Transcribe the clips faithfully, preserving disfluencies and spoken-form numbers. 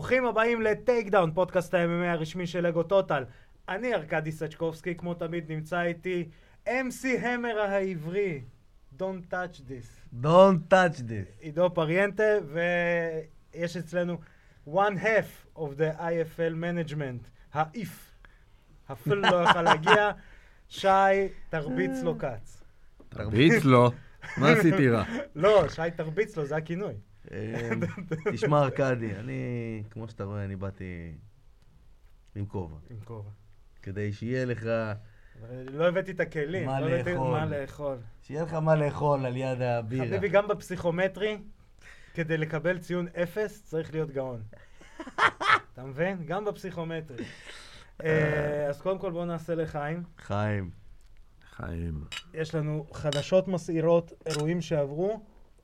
ברוכים הבאים לטייק דאון, פודקאסט ה-אם אם איי הרשמי של לגו טוטל. אני ארקדי סצ'קובסקי, כמו תמיד נמצא איתי אם סי המר העברי. Don't touch this. Don't touch this. עידו פריאנטה, ויש אצלנו one half of the איי אף אל management, האיף. אפילו לא יוכל להגיע, שי, תרביץ לו קץ. תרביץ לו? מה עשיתי רע? לא, שי תרביץ לו, זה הכינוי. תשמע ארקדי, אני, כמו שאתה רואה, אני באתי עם כובע. עם כובע. כדי שיהיה לך... לא הבאתי את הכלים, מה לא הבאתי לאכול. מה לאכול. שיהיה לך מה לאכול על יד הבירה. חביבי, גם בפסיכומטרי, כדי לקבל ציון אפס, צריך להיות גאון. אתה מבין? גם בפסיכומטרי. אז קודם כל בואו נעשה לחיים. חיים. חיים. יש לנו חדשות מסעירות, אירועים שעברו,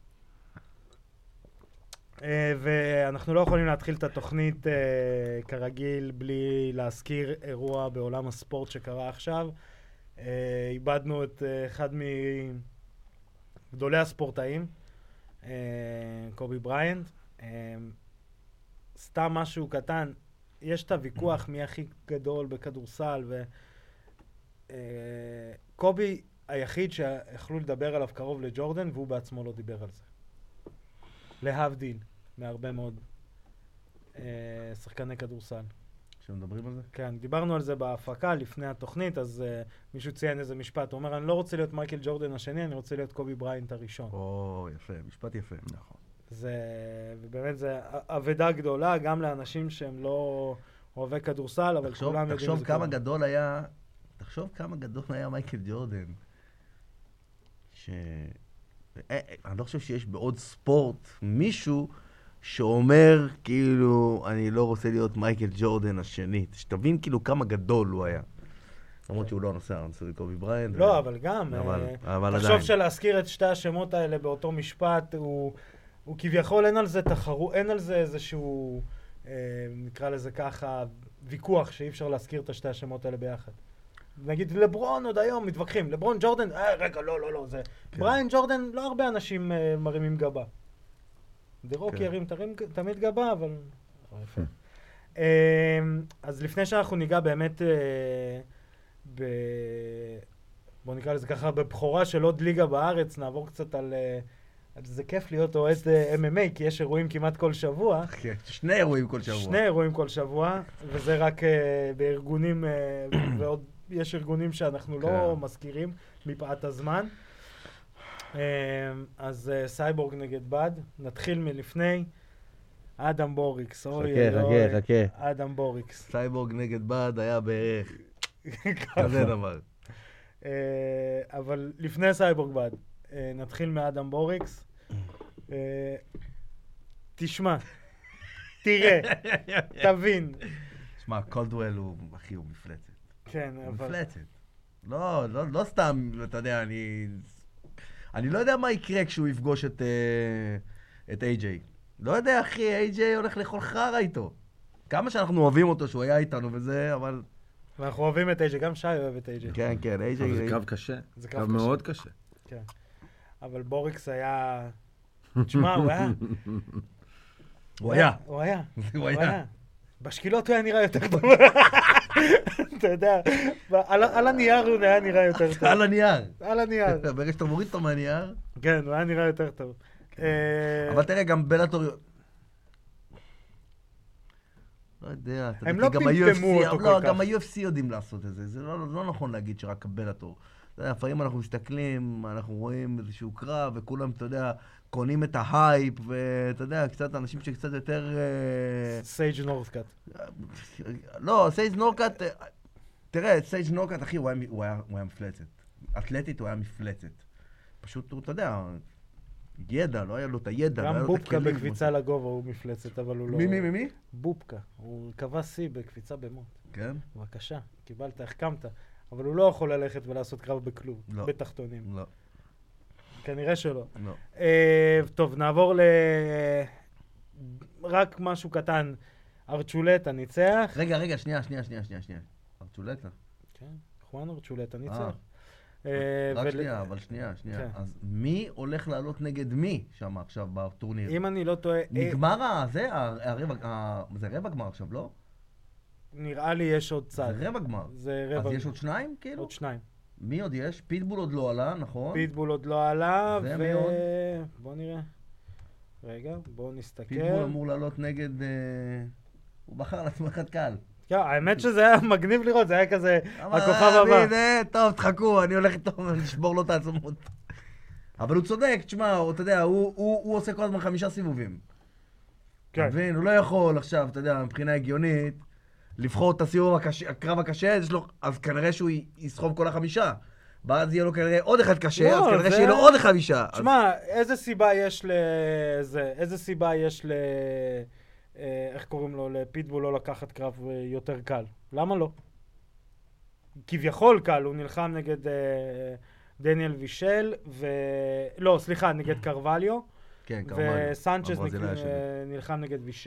ואנחנו לא יכולים להתחיל את התוכנית כרגיל בלי להזכיר אירוע בעולם הספורט שקרה עכשיו. איבדנו את אחד מגדולי הספורטאים, קובי בריינט. סתם משהו קטן, יש את הוויכוח מי הכי גדול בכדורסל, וקובי היחיד שיכלו לדבר עליו קרוב לג'ורדן, והוא בעצמו לא דיבר על זה. להבדיל מהרבה מאוד אה, שחקני כדורסל. שמדברים על זה? כן, דיברנו על זה בהפקה לפני התוכנית, אז אה, מישהו ציין איזה משפט, הוא אומר, אני לא רוצה להיות מייקל ג'ורדן השני, אני רוצה להיות קובי בריינט הראשון. או, יפה, משפט יפה. נכון. זה, ובאמת זה עבודה גדולה, גם לאנשים שהם לא אוהבי כדורסל, אבל תחשוב, כולם יודעים תחשוב זה כמה כולם. גדול היה, תחשוב כמה גדול היה מייקל ג'ורדן. ש... אני לא חושב שיש בעוד ספורט מישהו שאומר כאילו אני לא רוצה להיות מייקל ג'ורדן השני. שתבין כאילו כמה גדול הוא היה. למרות שהוא לא הנושא, הנושא זה קובי בריינט. לא, אבל גם. אבל, אה, אבל תחשוב עדיין. שלהזכיר את שתי השמות האלה באותו משפט, הוא, הוא כביכול אין על זה תחרות, אין על זה איזשהו, אה, נקרא לזה ככה, ויכוח שאי אפשר להזכיר את השתי השמות האלה ביחד. נגיד לברון עוד היום מתווכחים, לברון ג'ורדן, אה, רגע, לא, לא, לא, זה... כן. בריין ג'ורדן, לא הרבה אנשים אה, מרימים גבה. דירוק כן. ירים תרים, תמיד גבה, אבל... יפה. אה, אז לפני שאנחנו ניגע באמת, אה, ב... בוא נקרא לזה ככה, בבחורה של עוד ליגה בארץ, נעבור קצת על... אה, על זה כיף להיות אוהד אה, אם אם איי, כי יש אירועים כמעט כל שבוע. כן, שני אירועים כל שבוע. שני אירועים כל שבוע, וזה רק אה, בארגונים, אה, ועוד יש ארגונים שאנחנו לא כן. מזכירים מפאת הזמן. אה, אז אה, סייבורג נגד בד, נתחיל מלפני. אדם בוריקס, אוי חכה, אוי, חכה, חכה. אדם בוריקס. סייבורג נגד בד היה בערך כזה דבר. אה, אבל לפני סייבורג בד, אה, נתחיל מאדם בוריקס. אה, תשמע, תראה, תבין. שמע, קולדוול הוא, אחי, הוא מפלצת. כן, הוא אבל... מפלצת. לא, לא, לא סתם, אתה יודע, אני... אני לא יודע מה יקרה כשהוא יפגוש את, אה, את איי-ג'יי. לא יודע, אחי, איי-ג'יי הולך לאכול חרא איתו. כמה שאנחנו אוהבים אותו שהוא היה איתנו וזה, אבל... ואנחנו אוהבים את איי-ג'יי, גם שי אוהב את איי-ג'יי. כן, כן, איי-ג'יי... אבל זה קו קשה. זה קו קו קשה. מאוד קשה. כן. אבל בוריקס היה... תשמע, הוא היה... הוא היה. הוא היה. הוא היה. בשקילות הוא היה נראה יותר טוב. אתה יודע, על על הנייר הוא היה נראה יותר טוב. על הנייר. על הנייר. ברגע שאתה מוריד אותו מהנייר. כן, הוא היה נראה יותר טוב. אה, אבל תראה, גם בלאטור... לא יודע, אתה הם יודע, לא כי גם פמפמו ה-יו אף סי אותו כל לא, כך. גם ה-יו אף סי יודעים לעשות את זה. זה לא לא נכון להגיד שרק בלאטור. אתה יודע, לפעמים אנחנו מסתכלים, אנחנו רואים איזשהו קרב, וכולם, אתה יודע, קונים את ההייפ, ואתה יודע, קצת אנשים שקצת יותר... אה, סייג' נורת'קאט. לא, סייג' נורקאט, אה, תראה, סייג' נורקאט, אחי, הוא היה, הוא היה, הוא היה מפלצת. אתלטית הוא היה מפלצת. פשוט, הוא, אתה יודע, ידע, לא היה לו את הידע, לא היה גם לו את בובקה הכלים. בקפיצה לגובה הוא מפלצת, אבל הוא לא... מי, מי, מי, מי? בובקה. הוא קבע שיא בקפיצה במוט. כן? בבקשה, קיבלת, החכמת. אבל הוא לא יכול ללכת ולעשות קרב בכלוב, לא. בתחתונים. לא, כנראה שלא. לא. אה, טוב, נעבור ל... רק משהו קטן. ארצ'ולטה ניצח. רגע, רגע, שנייה, שנייה, שנייה, שנייה, שנייה. ארצ'ולטה. כן, חואן ארצ'ולטה אה. ניצח. אה, רק ול- שנייה, אבל שנייה, שנייה. כן. אז מי הולך לעלות נגד מי שם עכשיו בטורניר? אם אני לא טועה, אה, נגמר ה... זה, ה- הרבע... ה- זה רבע גמר עכשיו, לא? נראה לי יש עוד צד. זה רבע גמר. זה אז רבע... יש עוד שניים, כאילו? עוד שניים. מי עוד יש? פיטבול עוד לא עלה, נכון? פיטבול עוד לא עלה, ו... ומי עוד? בוא נראה. רגע, בואו נסתכל. פיטבול אמור לעלות נגד... אה, הוא בחר לעצמו אחד קל. כן, האמת שזה היה מגניב לראות, זה היה כזה אבל הכוכב אני, הבא. זה, טוב, תחכו, אני הולך איתו לשבור לו את העצמות. אבל הוא צודק, תשמע, הוא, אתה יודע, הוא, הוא, הוא עושה כל הזמן חמישה סיבובים. כן. אתה מבין? הוא לא יכול עכשיו, אתה יודע, מבחינה הגיונית, לבחור את הסיבוב הקשה, הקרב הקשה, יש לו, אז כנראה שהוא י- יסחוב כל החמישה. ואז יהיה לו כנראה עוד אחד קשה, לא, אז כנראה זה- שיהיה לו עוד חמישה. אז- תשמע, איזה סיבה יש לזה, איזה סיבה יש ל... אה, איך קוראים לו? לפיטבול לא לקחת קרב אה, יותר קל. למה לא? כביכול קל, הוא נלחם נגד אה, דניאל וישל, ו... לא, סליחה, נגד קרווליו, כן, קרמליו, וסנצ'ס הברזילאי נק- שלי. אה, נלחם נגד וישל.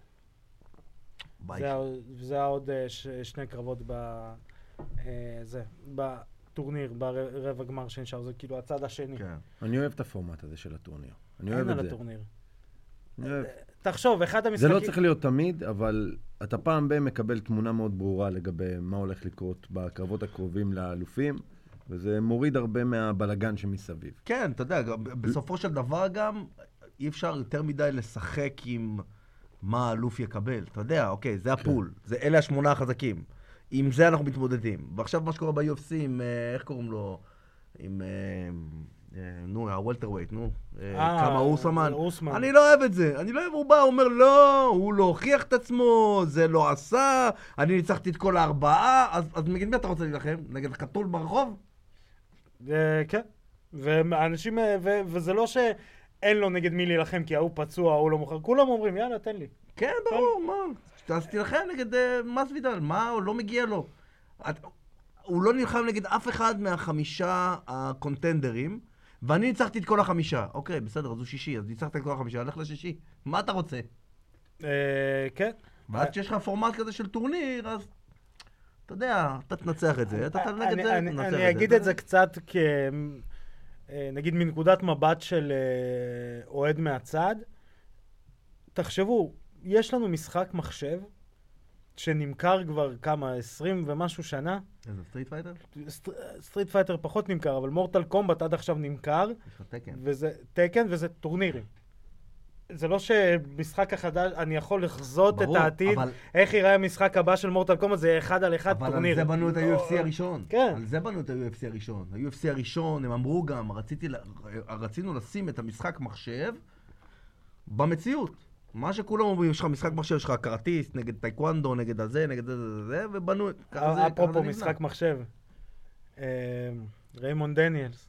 ביי. זה, ה- זה היה עוד אה, ש... שני קרבות ב... אה, זה, בטורניר, ברבע גמר שנשאר, זה כאילו הצד השני. כן. אני אוהב את הפורמט הזה של הטורניר. אני אין אוהב על את זה. הטורניר. אני אוהב. תחשוב, אחד זה המשחקים... לא צריך להיות תמיד, אבל אתה פעם ב- מקבל תמונה מאוד ברורה לגבי מה הולך לקרות בקרבות הקרובים לאלופים, וזה מוריד הרבה מהבלגן שמסביב. כן, אתה יודע, גם בסופו של דבר גם אי אפשר יותר מדי לשחק עם מה האלוף יקבל. אתה יודע, אוקיי, זה הפול, זה אלה השמונה החזקים. עם זה אנחנו מתמודדים. ועכשיו מה שקורה ב-יו אף סי עם, אה, איך קוראים לו? עם, אה, אה, נו, הוולטרווייט, נו. אה, אה, כמה אוסמן. אוסמן. אני לא אוהב את זה. אני לא אוהב, הוא בא, הוא אומר, לא, הוא לא הוכיח את עצמו, זה לא עשה, אני ניצחתי את כל הארבעה, אז, אז נגד מי אתה רוצה להילחם? נגד חתול ברחוב? אה, כן. ואנשים, אה, ו- וזה לא שאין לו נגד מי להילחם, כי ההוא פצוע, ההוא לא מוכר. כולם אומרים, יאללה, תן לי. כן, ברור, מה? אז תילחם נגד uh, מסוידל, מה? הוא לא מגיע לו. את, הוא לא נלחם נגד אף אחד מהחמישה הקונטנדרים, ואני ניצחתי את כל החמישה. אוקיי, בסדר, אז הוא שישי, אז ניצחת את כל החמישה, הלך לשישי. מה אתה רוצה? אה, כן. ואז כשיש לך פורמט כזה של טורניר, אז אתה יודע, אתה תנצח את זה, אתה תנצח את אני- זה, אני- תנצח את זה. אני אגיד את זה קצת כ... אה, נגיד מנקודת מבט של אה, אוהד מהצד. תחשבו, יש לנו משחק מחשב שנמכר כבר כמה, עשרים ומשהו שנה. איזה סטריט פייטר? סט- סטריט פייטר פחות נמכר, אבל מורטל קומבט עד עכשיו נמכר, יש לך תקן. וזה תקן וזה טורנירים. זה לא שמשחק החדש, אני יכול לחזות את ברור, העתיד, אבל- איך ייראה המשחק הבא של מורטל קומבט, זה אחד על אחד אבל טורניר. על זה בנו את ה-יו אף סי הראשון. כן. על זה בנו את ה-יו אף סי הראשון. ה-יו אף סי הראשון, הם אמרו גם, רציתי, ל- רצינו לשים את המשחק מחשב במציאות. מה שכולם אומרים, יש לך משחק מחשב, יש לך קראטיסט, נגד טייקוונדו, נגד הזה, נגד זה, זה, זה, ובנו את... ככה זה- ככה זה אפרופו נבנה. משחק מחשב. אה, ריימונד דניאלס.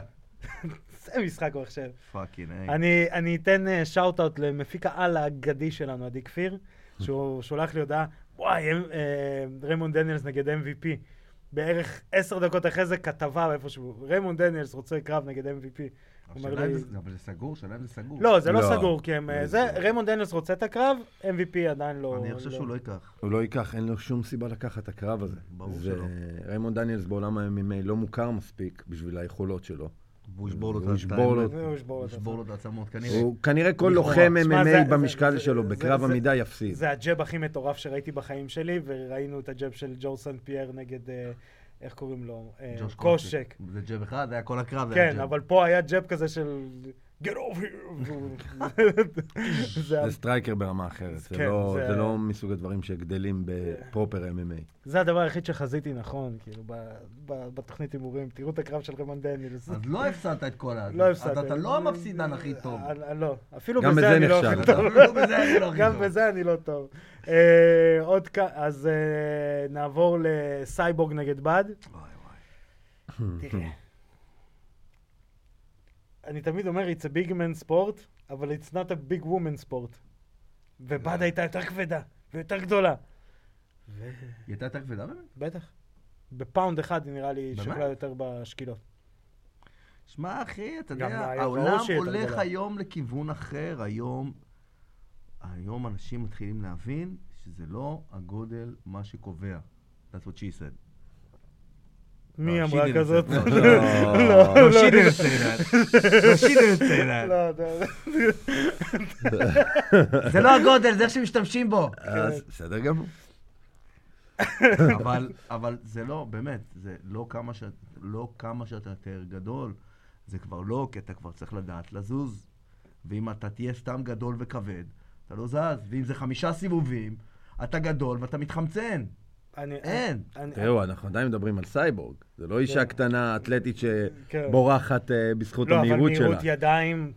זה משחק מחשב. פאקינג, היי. אני, אני אתן שאוט-אוט למפיק העל האגדי שלנו, עדי כפיר, שהוא שולח לי הודעה, וואי, אה, ריימונד דניאלס נגד אם וי פי. בערך עשר דקות אחרי זה כתבה איפשהו, ריימונד דניאלס רוצה קרב נגד אם וי פי. הוא אומר השאלה אם לי- זה- אבל זה סגור? השאלה אם זה סגור. לא, זה לא לא. סגור, כי הם... לא זה, סגור. ריימונד דניאלס רוצה את הקרב, אם וי פי עדיין לא... אני חושב שהוא לא ייקח. הוא לא ייקח, אין לו שום סיבה לקחת את הקרב הזה. ברור זה- שלא. ריימונד דניאלס בעולם ה-אם אם איי לא מוכר מספיק בשביל היכולות שלו. והוא ישבור לו את הוא ה- ישבור לו- את ה- הוא ישבור לו את הוא ישבור לו את העצמות, כנראה. הוא כנראה כל לכאורה. לוחם אם שמע, אם זה- איי זה- במשקל זה- שלו, זה- בקרב זה- עמידה יפסיד. זה הג'ב הכי מטורף שראיתי בחיים שלי, וראינו את הג'ב של ג'ו סן פייר נגד, אה, איך קוראים לו? אה, ג'וש קושק. זה ג'ב אחד, זה היה כל הקרב. זה היה כן, ג'ב. אבל פה היה ג'ב כזה של... get over here. זה- זה סטרייקר ברמה אחרת, זה כן, לא- זה- זה לא מסוג הדברים שגדלים בפרופר אם אם איי. זה הדבר היחיד שחזיתי נכון, כאילו, ב- ב- בתוכנית הימורים. תראו את הקרב של ריימונד דניאלס. אז לא הפסדת את כל ה... לא הפסדתי. אז אתה לא המפסידן הכי טוב. אה, לא, אפילו גם בזה בזה אני לא נכשלת. הכי טוב. אפילו בזה אני לא הכי גם טוב. בזה אני לא טוב. אה, עוד כ... אז אה, נעבור לסייבורג נגד בד. וואי וואי. תראה. אני תמיד אומר, it's a big man sport, אבל it's not a big woman sport. ובד הייתה יותר כבדה, ויותר גדולה. היא הייתה יותר כבדה באמת? בטח. בפאונד אחד היא נראה לי באמת? שקלה יותר בשקילות. שמע אחי, אתה גם יודע, היה העולם ברור שהיא יותר הולך גדולה. היום לכיוון אחר, היום... היום אנשים מתחילים להבין שזה לא הגודל מה שקובע. That's what she said. מי No, אמרה she didn't כזאת? say that. לא, No, she didn't say that. No, she didn't say that. לא, לא. זה לא הגודל, זה איך שמשתמשים בו. אז בסדר גמור. אבל, אבל זה לא, באמת, זה לא כמה, שאת, לא כמה שאתה יותר גדול, זה כבר לא, כי אתה כבר צריך לדעת לזוז. ואם אתה תהיה סתם גדול וכבד, אתה לא זז. ואם זה חמישה סיבובים, אתה גדול ואתה מתחמצן. אני- אין. אני- תראו, אנחנו עדיין מדברים על סייבורג. זה לא אישה כן. קטנה, אתלטית כן. שבורחת אה, בזכות לא, אבל המהירות שלה. מהירות ידיים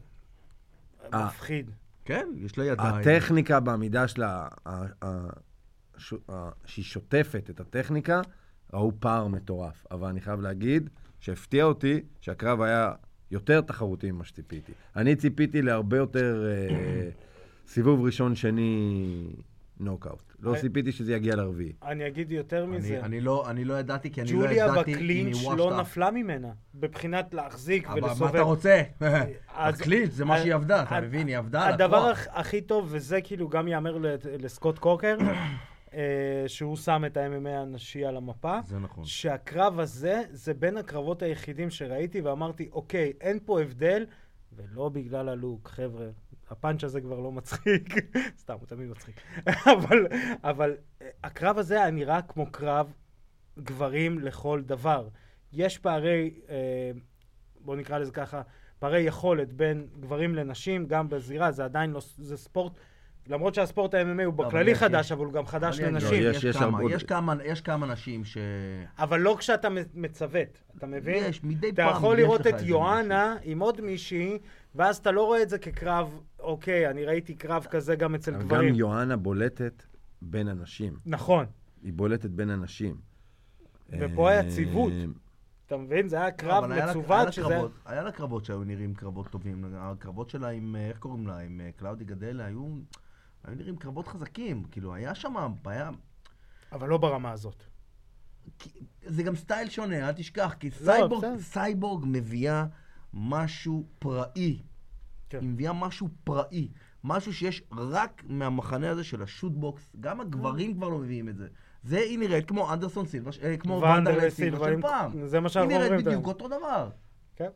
אה. מפחיד. כן, יש לה ידיים. הטכניקה בעמידה שלה, ה- ה- ש- ה- שהיא שוטפת את הטכניקה, ראו פער מטורף. אבל אני חייב להגיד שהפתיע אותי שהקרב היה יותר תחרותי ממה שציפיתי. אני ציפיתי להרבה יותר אה, סיבוב ראשון, שני, נוקאוט. לא אני- ציפיתי שזה יגיע לרביעי. אני אגיד יותר אני, מזה. אני, לא, אני לא ידעתי, כי אני לא ג'וליה ידעתי אם בקלינץ' היא לא washed up. נפלה ממנה, בבחינת להחזיק אבל ולסובב. מה אתה רוצה? אז- בקלינץ' זה מה שהיא עבדה, אתה הד- מבין? היא עבדה על הדבר הכוח. הכ- הכי טוב, וזה כאילו גם יאמר ל- לסקוט קוקר, אה, שהוא שם את ה-אם אם איי הנשי על המפה, זה נכון. שהקרב הזה זה בין הקרבות היחידים שראיתי, ואמרתי, אוקיי, אין פה הבדל, ולא בגלל הלוק, חבר'ה. הפאנץ' הזה כבר לא מצחיק, סתם, הוא תמיד מצחיק. אבל, אבל אה, הקרב הזה היה נראה כמו קרב גברים לכל דבר. יש פערי, אה, בואו נקרא לזה ככה, פערי יכולת בין גברים לנשים, גם בזירה, זה עדיין לא, זה ספורט, למרות שהספורט ה-אם אם איי הוא אבל בכללי יש- חדש, אבל הוא גם חדש אבל אני לנשים. אגיד, יש- יש יש כמה- הרבה- יש כמה- יש כמה נשים ש... אבל לא כשאתה מצוות, אתה מבין? יש, מדי אתה פעם יכול יש לראות לך את איזה יואנה עם עוד מישהי, ואז אתה לא רואה את זה כקרב, אוקיי, אני ראיתי קרב כזה גם אצל אבל גם גברים. יואנה בולטת בין אנשים. נכון. היא בולטת בין אנשים. ופה היה אה, ציוות. אתה מבין? זה היה לא, קרב אבל היה לה- היה מצוות לה שזה... קרבות- היה לה קרבות שהיו נראים קרבות טובים. הקרבות שלה עם, אה, איך קוראים לה? עם אה, קלאודי גדלה, היו היו נראים קרבות חזקים. כאילו, היה שם, היה... אבל לא ברמה הזאת. כי- זה גם סטייל שונה, אל תשכח, כי לא, סייבורג, בסדר. סייבורג מביאה משהו פראי. כן. היא מביאה משהו פראי. משהו שיש רק מהמחנה הזה של השוטבוקס. גם הגברים כבר לא מביאים את זה. זה, היא נראית כמו אנדרסון סילבה, אה, כמו ואנדרלי ואנדרלי סילבה, סילבה של עם- פעם. זה מה היא שאנחנו נראית אומרים. בדיוק תמיד. אותו דבר. כן.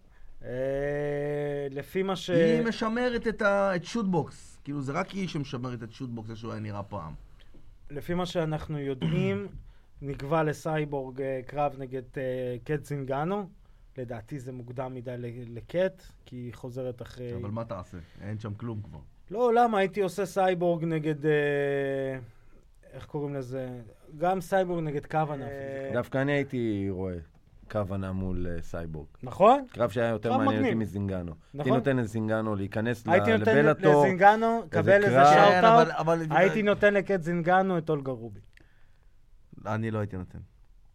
אה, לפי מה ש... היא משמרת את ה- את שוטבוקס. כאילו, זה רק היא שמשמרת את שוטבוקס, איך שהוא היה נראה פעם. לפי מה שאנחנו יודעים, נקבע לסייבורג אה, קרב נגד אה, קט זינגאנו. לדעתי זה מוקדם מדי ל- לקט, כי היא חוזרת אחרי... אבל מה תעשה? אין שם כלום כבר. לא, למה? הייתי עושה סייבורג נגד... אה, איך קוראים לזה? גם סייבורג נגד קוונה. אה, דווקא אני הייתי רואה כוונה מול אה, סייבורג. נכון? קרב שהיה יותר קרב מעניין אותי מגניב. מזינגנו. נכון. הייתי נותן לזינגנו להיכנס ל- הייתי נותן לבלאטור. לזינגאנו, קבל איזה קרב. כן, שאוט-אוט, אבל- אבל- הייתי נותן לקט זינגאנו את אולגה רובי. אני לא הייתי נותן.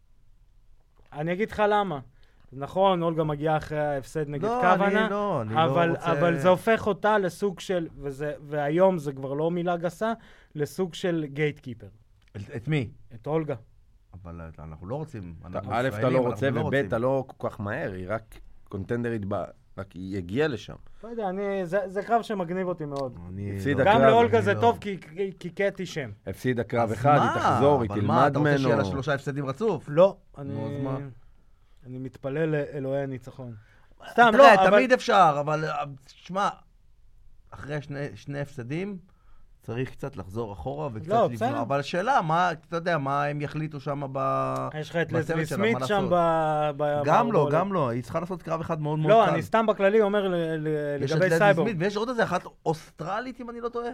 אני אגיד לך למה. נכון, אולגה מגיעה אחרי ההפסד נגד לא, קוונה, אני לא, אני לא אבל, רוצה... אבל זה הופך אותה לסוג של, וזה, והיום זה כבר לא מילה גסה, לסוג של גייטקיפר. את את מי? את אולגה. אבל אנחנו לא רוצים. אנחנו א', אתה ישראלים, לא אנחנו רוצה, וב', רוצים. אתה לא כל כך מהר, היא רק קונטנדרית, ב- רק היא הגיעה לשם. לא יודע, אני, זה, זה קרב שמגניב אותי מאוד. אני הפסיד לא- הקרב, גם לאולגה אני זה לא. טוב, כי, כי, כי קטי שם. הפסידה קרב אז אחד, מה? היא תחזור, היא אבל מה, תלמד אתה רוצה שיהיה לה ממנו. שלושה הפסדים רצוף? לא, אני, נו, אז מה? אני מתפלל לאלוהי הניצחון. סתם, תראה, לא, אבל... תמיד אפשר, אבל אה, שמע, אחרי שני, שני הפסדים, צריך קצת לחזור אחורה וקצת לא, לבנות. בסדר. אבל השאלה, מה, אתה יודע, מה הם יחליטו שם ב... יש לך את בצוות לסלי שלה, סמית מה שם לעשות? ב... ב- גם לא, ב- גם לא, היא צריכה לעשות קרב אחד מאוד מאוד לא, קל. אני סתם בכללי אומר ל- ל- יש את לגבי לסלי סייבורג. סמית, ויש עוד איזה אחת אוסטרלית, אם אני לא טועה.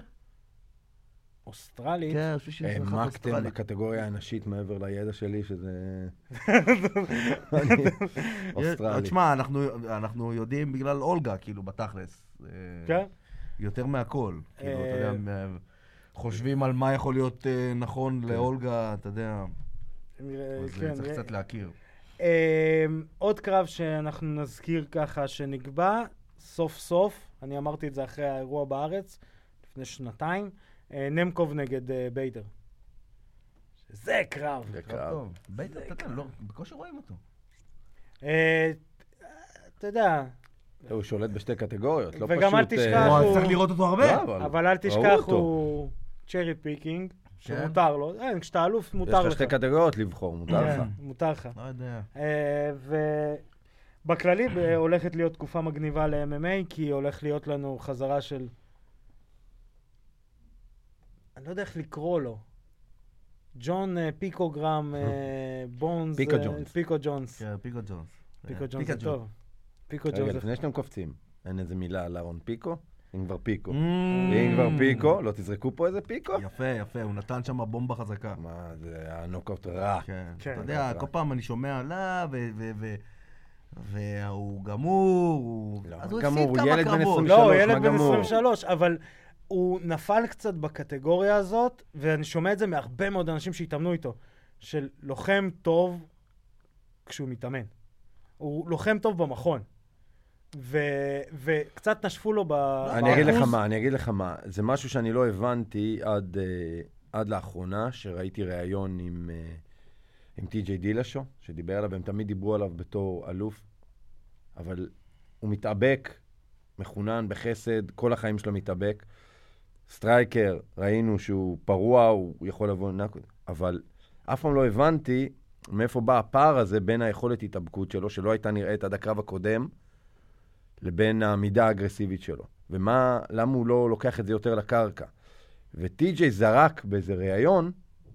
אוסטרלית? כן, אני חושב שיש אחת העמקתם אוסטרלית. בקטגוריה הנשית מעבר לידע שלי, שזה... יש- אוסטרלי. תשמע, אנחנו, אנחנו יודעים בגלל אולגה, כאילו, בתכלס. אה, כן? יותר מהכל. כאילו, אתה אה, יודע, מ- חושבים על מה יכול להיות אה, נכון לאולגה, אתה יודע, נראה- אז כן, אה, צריך נראה- קצת להכיר. אה, עוד קרב שאנחנו נזכיר ככה שנקבע, סוף סוף, אני אמרתי את זה אחרי האירוע בארץ, לפני שנתיים, אה, נמקוב נגד אה, ביידר. זה קרב. זה קרב קרב. טוב. בטח, אתה יודע, לא, בקושי רואים אותו. אה, אתה יודע, הוא שולט בשתי קטגוריות, לא פשוט... וגם אל אה, תשכח, וואו, הוא- צריך לראות אותו הרבה. לא, אבל אל ראו תשכח, אותו. הוא צ'רי פיקינג. שמותר לו. אין, כשאתה אלוף, יש מותר לך לך. שתי קטגוריות לבחור, מותר לך. כן, מותר לך. לא יודע. אה, ובכללי ב- הולכת להיות תקופה מגניבה ל-אם אם איי, כי הולך להיות לנו חזרה של... אני לא יודע איך לקרוא לו. ג'ון אה, פיקוגרם אה, בונס. פיקו אה, ג'ונס. פיקו ג'ונס. כן, פיקו ג'ונס. פיקו אה, ג'ונס זה פיקאג'ו. טוב. פיקו רגע, ג'ונס זה... לפני שאתם קופצים, אין איזה מילה על אהרון פיקו? אם כבר פיקו. Mm. אם כבר פיקו, לא תזרקו פה איזה פיקו? יפה, יפה, הוא נתן שם בומבה חזקה. מה, זה הנוקאוט רע. כן. כן. אתה יודע, כל פעם אני שומע לה, ו... ו- ו- והוא גמור, הוא... לא, אז הוא גמור, הפסיד הוא כמה ילד בן קרבות. עשרים לא, הוא שלוש, ילד מה בן גמור? עשרים ושלוש, אבל הוא נפל קצת בקטגוריה הזאת, ואני שומע את זה מהרבה מאוד אנשים שהתאמנו איתו, של לוחם טוב כשהוא מתאמן. הוא לוחם טוב במכון. ו- וקצת נשפו לו ב... אני אגיד לך באחוז. מה, אני אגיד לך מה. זה משהו שאני לא הבנתי עד, אה, עד לאחרונה, שראיתי ראיון עם, אה, עם טי.ג'יי דילשו, שדיבר עליו, הם תמיד דיברו עליו בתור אלוף, אבל הוא מתאבק, מחונן בחסד, כל החיים שלו מתאבק. סטרייקר, ראינו שהוא פרוע, הוא יכול לבוא לנקוד, אבל אף פעם לא הבנתי מאיפה בא הפער הזה בין היכולת התאבקות שלו, שלא הייתה נראית עד הקרב הקודם, לבין המידה האגרסיבית שלו. ומה, למה הוא לא לוקח את זה יותר לקרקע? וטי.ג'יי זרק באיזה ראיון,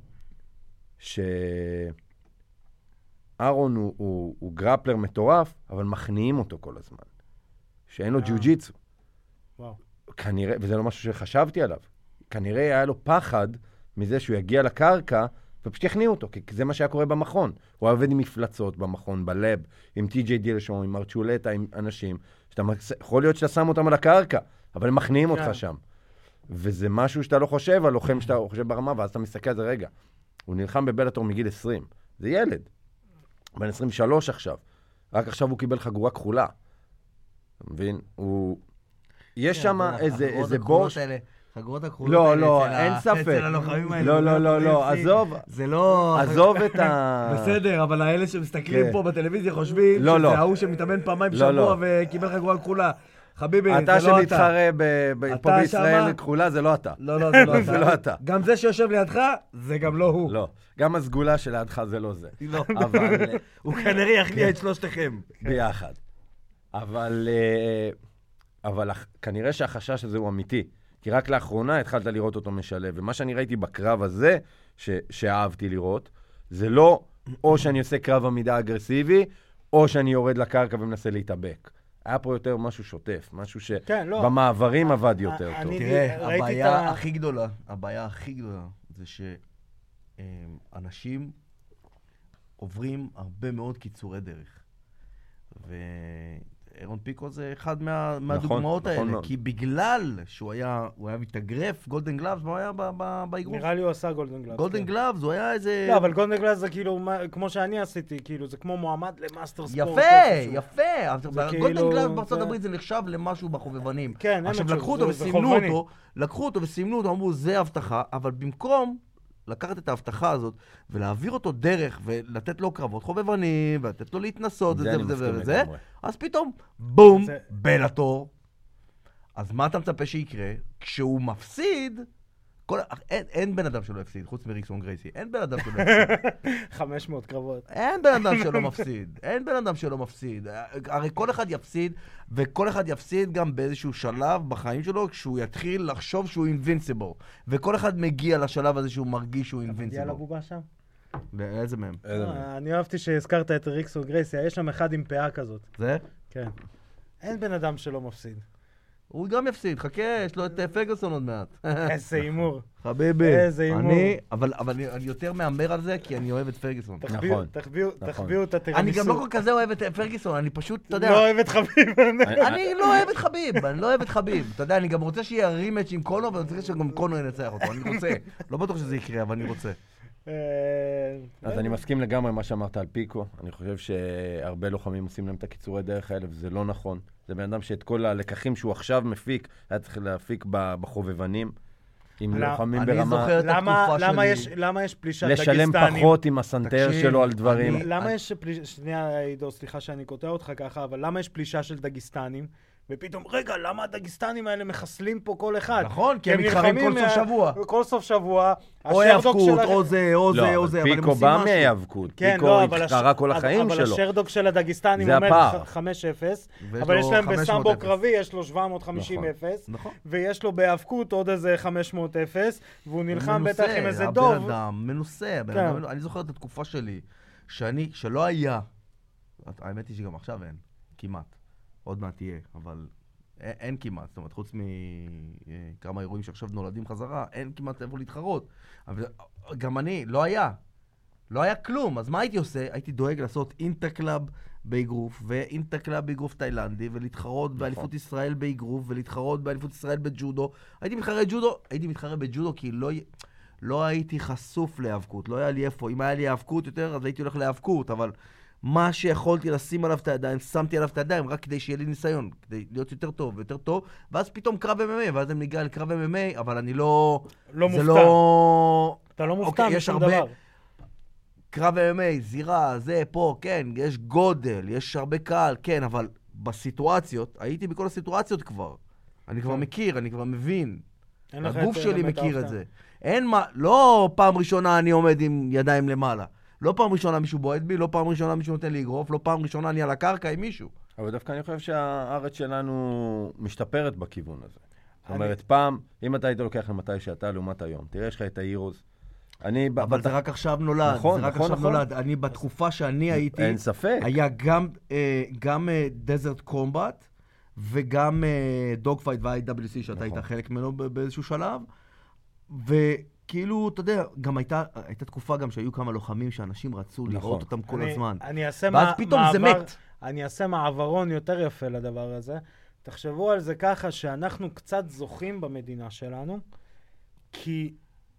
שאהרון הוא, הוא, הוא גרפלר מטורף, אבל מכניעים אותו כל הזמן. שאין לו אה. ג'יו-ג'יצו. וואו. כנראה, וזה לא משהו שחשבתי עליו, כנראה היה לו פחד מזה שהוא יגיע לקרקע, ופשוט יכניעו אותו, כי זה מה שהיה קורה במכון. הוא היה עובד עם מפלצות במכון, בלב, עם טי.ג'יי דילשו, עם ארצ'ולטה, עם אנשים, שאתה, יכול להיות שאתה שם אותם על הקרקע, אבל הם מכניעים אותך כן. שם. וזה משהו שאתה לא חושב, על לוחם שאתה חושב ברמה, ואז אתה מסתכל על זה, רגע, הוא נלחם בבלאטור מגיל עשרים, זה ילד, בן עשרים ושלוש עכשיו, רק עכשיו הוא קיבל חגורה כחולה, אתה מבין? הוא... יש שם איזה, איזה בוש... חגורות הכחולות לא, האלה לא, אצל אין ה- ספק. אצל הלוחמים האלה. לא, לא, לא, לא, ב-אף סי. עזוב, זה לא... עזוב את ה... בסדר, אבל האלה שמסתכלים כן. פה בטלוויזיה חושבים לא, שזה לא. ההוא שמתאמן פעמיים לא, בשבוע לא. וקיבל חגורה כחולה. חביבי, זה אתה לא אתה. שמתחרה ב- ב- פה אתה בישראל שמה- כחולה, זה לא אתה. לא, לא, זה לא אתה. זה לא אתה. גם זה שיושב לידך, זה גם לא הוא. לא. גם הסגולה שלידך זה לא זה. לא. אבל... הוא כנראה יכניע את שלושתכם. ביחד. אבל... אה, אבל הח- כנראה שהחשש הזה הוא אמיתי. כי רק לאחרונה התחלת לראות אותו משלב. ומה שאני ראיתי בקרב הזה, ש- שאהבתי לראות, זה לא או שאני עושה קרב עמידה אגרסיבי, או שאני יורד לקרקע ומנסה להתאבק. היה פה יותר משהו שוטף, משהו כן, לא. שבמעברים עבד יותר אני- טוב. תראה, ראיתי את הבעיה ה- הכי גדולה, הבעיה הכי גדולה, זה שאנשים עוברים הרבה מאוד קיצורי דרך. ואירון פיקו זה אחד מה- מהדוגמאות נכון האלה, מאוד. כי בגלל שהוא היה הוא היה מתאגרף, גולדן גלאבס, הוא היה ב- ב- באגרוף. נראה לי הוא עשה גולדן גלאבס. גולדן כן. גלאבס, הוא היה איזה... לא, אבל גולדן גלאבס זה כאילו, מה- כמו שאני עשיתי, כאילו, זה כמו מועמד למאסטר ספורט. יפה, איפשהו. יפה. זה גולדן כאילו- גלאבס בארצות זה- הברית זה נחשב למשהו בחובבנים. כן, אין עכשיו משהו, לקחו זה- אותו זה וסימנו חובבני. אותו, לקחו אותו וסימנו אותו, אמרו זה הבטחה, אבל במקום לקחת את ההבטחה הזאת ולהעביר אותו דרך ולתת לו קרבות חובבנים ולתת לו להתנסות זה וזה אני וזה מסכים וזה, לגמרי. אז פתאום בום, זה- בלאטור. אז מה אתה מצפה שיקרה? כשהוא מפסיד, כל... אין, אין בן אדם שלא יפסיד, חוץ מריקסון גרייסי, אין בן אדם שלא יפסיד. חמש מאות קרבות. אין בן אדם שלא מפסיד, אין בן אדם שלא מפסיד. הרי כל אחד יפסיד, וכל אחד יפסיד גם באיזשהו שלב בחיים שלו, כשהוא יתחיל לחשוב שהוא אינבינסיבל. וכל אחד מגיע לשלב הזה שהוא מרגיש שהוא מגיע אינבינסיבל. לבובה שם? איזה מהם? איזה מהם? אה, אני אהבתי שהזכרת את ריקסון גרייסיה, יש שם אחד עם פאה כזאת. זה? כן. אין בן אדם שלא מפסיד. הוא גם יפסיד, חכה, יש לו את אה, פרגוסון עוד מעט. איזה הימור. חביבי. איזה הימור. אני, אבל, אבל אני, אני יותר מהמר על זה, כי אני אוהב את פרגוסון. תחביאו- נכון, תחביאו- נכון. תחביאו את הטירמיסו. אני גם לא כל כזה אוהב את פרגוסון, אני פשוט, אתה יודע... לא אוהב את חביב. אני לא אוהב את חביב, אני לא אוהב את חביב. אתה יודע, אני גם רוצה שיהיה רימץ' עם קונו, ואני רוצה שגם קונו ינצח אותו. אני רוצה. לא בטוח שזה יקרה, אבל אני רוצה. אה, אז אני מסכים לגמרי עם מה שאמרת על פיקו. אני חושב שהרבה לוחמים עושים להם את הקיצורי דרך האלה, וזה לא נכון. זה בן אדם שאת כל הלקחים שהוא עכשיו מפיק, היה צריך להפיק ב- בחובבנים. עם לא, לוחמים אני ברמה... זוכר את למה- התקופה למה שלי. יש- למה יש פלישת לשלם דגסטנים? פחות עם הסנטר תקשיב, שלו על דברים. אני- למה יש פלישה, שנייה עידו, סליחה שאני קוטע אותך ככה, אבל למה יש פלישה של דגיסטנים ופתאום, רגע, למה הדגיסטנים האלה מחסלים פה כל אחד? נכון, כי הם מתחרים כל סוף שבוע. כל סוף שבוע. או היאבקות, או זה, או זה, או זה, אבל פיקו בא מהיאבקות. פיקו התחרה כל החיים שלו. אבל השרדוג של הדגיסטנים עומד חמש אפס, אבל יש להם בסמבו קרבי, יש לו שבע מאות וחמישים אפס, ויש לו בהיאבקות עוד איזה חמש מאות אפס, והוא נלחם בטח עם איזה דוב. הבן אדם מנוסה, אני זוכר את התקופה שלי, שאני, שלא היה, האמת היא שגם עכשיו אין, כמעט, עוד מעט תהיה, אבל אין כמעט, זאת אומרת, חוץ מכמה אירועים שעכשיו נולדים חזרה, אין כמעט איפה להתחרות. אבל גם אני, לא היה. לא היה כלום. אז מה הייתי עושה? הייתי דואג לעשות אינטרקלאב באגרוף, ואינטרקלאב באגרוף תאילנדי, ולהתחרות באליפות ישראל באגרוף, ולהתחרות באליפות ישראל בג'ודו. הייתי מתחרה ג'ודו, הייתי מתחרה בג'ודו כי לא, לא הייתי חשוף להיאבקות. לא היה לי איפה. אם היה לי היאבקות יותר, אז הייתי הולך להיאבקות, אבל מה שיכולתי לשים עליו את הידיים, שמתי עליו את הידיים, רק כדי שיהיה לי ניסיון, כדי להיות יותר טוב ויותר טוב, ואז פתאום קרב אם אם איי, ואז אני מגיע לקרב אם אם איי, אבל אני לא... לא זה מופתע. לא... אתה לא מופתע אוקיי, משום דבר. קרב אם אם איי, זירה, זה, פה, כן, יש גודל, יש הרבה קהל, כן, אבל בסיטואציות, הייתי בכל הסיטואציות כבר. אני כבר מכיר, אני כבר מבין. הגוף שלי מכיר את זה. אין מה, לא פעם ראשונה אני עומד עם ידיים למעלה. לא פעם ראשונה מישהו בועט בי, לא פעם ראשונה מישהו נותן לי אגרוף, לא פעם ראשונה אני על הקרקע עם מישהו. אבל דווקא אני חושב שהארץ שלנו משתפרת בכיוון הזה. זאת אומרת, פעם, אם אתה היית לוקח למתי שאתה לעומת היום, תראה, יש לך את ההירוס. אבל זה רק עכשיו נולד, זה רק עכשיו נולד. אני בתקופה שאני הייתי, אין ספק. היה גם דזרט קומבט, וגם דוג פייט ו-איי דאבליו סי, שאתה היית חלק ממנו באיזשהו שלב, ו... כאילו, אתה יודע, גם הייתה, הייתה תקופה גם שהיו כמה לוחמים שאנשים רצו נכון. לראות אותם כל אני, הזמן. אני אעשה ואז מה, פתאום מעבר, זה מת. אני אעשה מעברון יותר יפה לדבר הזה. תחשבו על זה ככה שאנחנו קצת זוכים במדינה שלנו, כי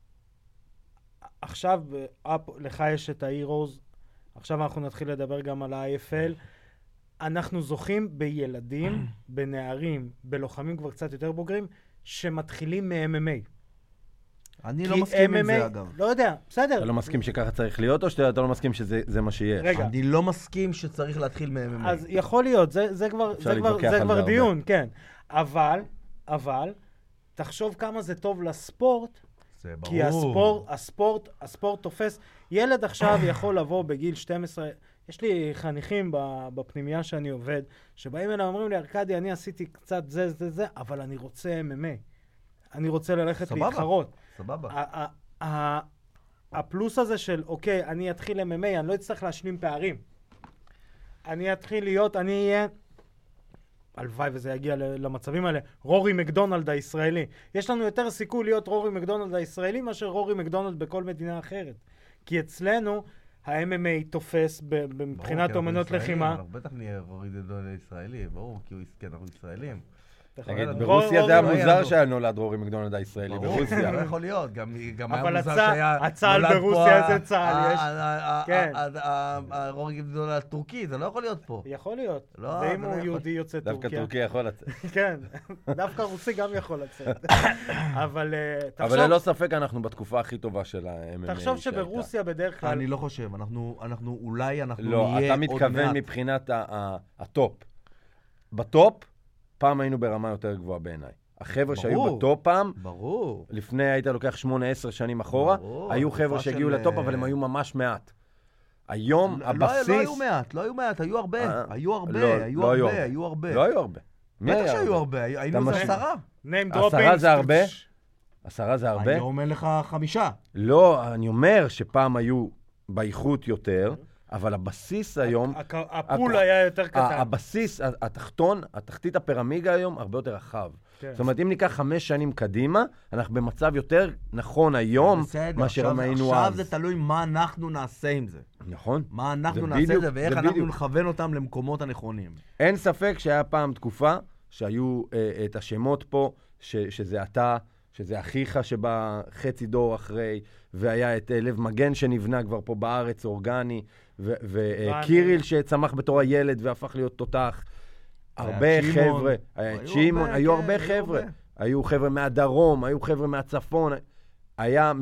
עכשיו לך יש את ה-Heroes, עכשיו אנחנו נתחיל לדבר גם על ה-איי אף אל. אנחנו זוכים בילדים, בנערים, בלוחמים כבר קצת יותר בוגרים, שמתחילים מ-אם אם איי. אני לא מסכים עם זה, אגב. לא יודע, בסדר. אתה לא מסכים שככה צריך להיות, או שאתה לא מסכים שזה מה שיש? רגע. אני לא מסכים שצריך להתחיל מ-אם אם איי. אז יכול להיות, זה כבר דיון, כן. אבל, אבל, תחשוב כמה זה טוב לספורט, זה ברור. כי הספורט, הספורט, הספורט תופס. ילד עכשיו יכול לבוא בגיל שתים עשרה, יש לי חניכים בפנימיה שאני עובד, שבאים אליי ואומרים לי, ארקדי, אני עשיתי קצת זה, זה, זה, אבל אני רוצה אם אם איי. אני רוצה ללכת להתחרות. סבבה. הפלוס הזה של, אוקיי, אני אתחיל אם אם איי, אני לא אצטרך להשלים פערים. אני אתחיל להיות, אני אהיה, הלוואי וזה יגיע למצבים האלה, רורי מקדונלד הישראלי. יש לנו יותר סיכוי להיות רורי מקדונלד הישראלי, מאשר רורי מקדונלד בכל מדינה אחרת. כי אצלנו, ה-אם אם איי תופס מבחינת אומנות לחימה. אנחנו בטח נהיה רורי מקדונלד הישראלי, ברור, כי אנחנו ישראלים. תגיד, ברוסיה זה היה מוזר שהיה נולד רורי מקדונלד הישראלי, ברוסיה. לא יכול להיות, גם היה מוזר שהיה נולד פה... אבל הצהל ברוסיה זה צהל, יש... כן. הרורי מקדונלד הטורקי, זה לא יכול להיות פה. יכול להיות. ואם הוא יהודי יוצא טורקיה. דווקא טורקי יכול לצאת. כן, דווקא רוסי גם יכול לצאת. אבל תחשוב... אבל ללא ספק אנחנו בתקופה הכי טובה של ה-אם אם איי. תחשוב שברוסיה בדרך כלל... אני לא חושב, אנחנו אולי אנחנו נהיה לא, עוד מעט. אתה מתכוון מבחינת הטופ. בטופ, פעם היינו ברמה יותר גבוהה בעיניי. החבר'ה שהיו בטופ פעם, ברור. לפני היית לוקח שמונה עשר שנים אחורה, היו חבר'ה שהגיעו לטופ, אבל הם היו ממש מעט. היום הבסיס... לא היו מעט, לא היו מעט, היו הרבה. היו הרבה, היו הרבה, היו הרבה. לא היו הרבה. בטח שהיו הרבה, היינו זה עשרה. עשרה זה הרבה? עשרה זה הרבה? אני אומר לך חמישה. לא, אני אומר שפעם היו באיכות יותר, אבל הבסיס היום... הפול היה יותר קטן. הבסיס, התחתון, התחתית הפירמידה היום, הרבה יותר רחב. זאת אומרת, אם ניקח חמש שנים קדימה, אנחנו במצב יותר נכון היום, מאשר היינו אז. עכשיו זה תלוי מה אנחנו נעשה עם זה. נכון. מה אנחנו נעשה עם זה, ואיך אנחנו נכוון אותם למקומות הנכונים. אין ספק שהיה פעם תקופה, שהיו את השמות פה, שזה אתה, שזה אחיך שבא חצי דור אחרי, והיה את לב מגן שנבנה כבר פה בארץ, אורגני, וקיריל שצמח בתור הילד והפך להיות תותח. הרבה חבר'ה, צ'ימון, היו הרבה חבר'ה. היו חבר'ה מהדרום, היו חבר'ה מהצפון. היה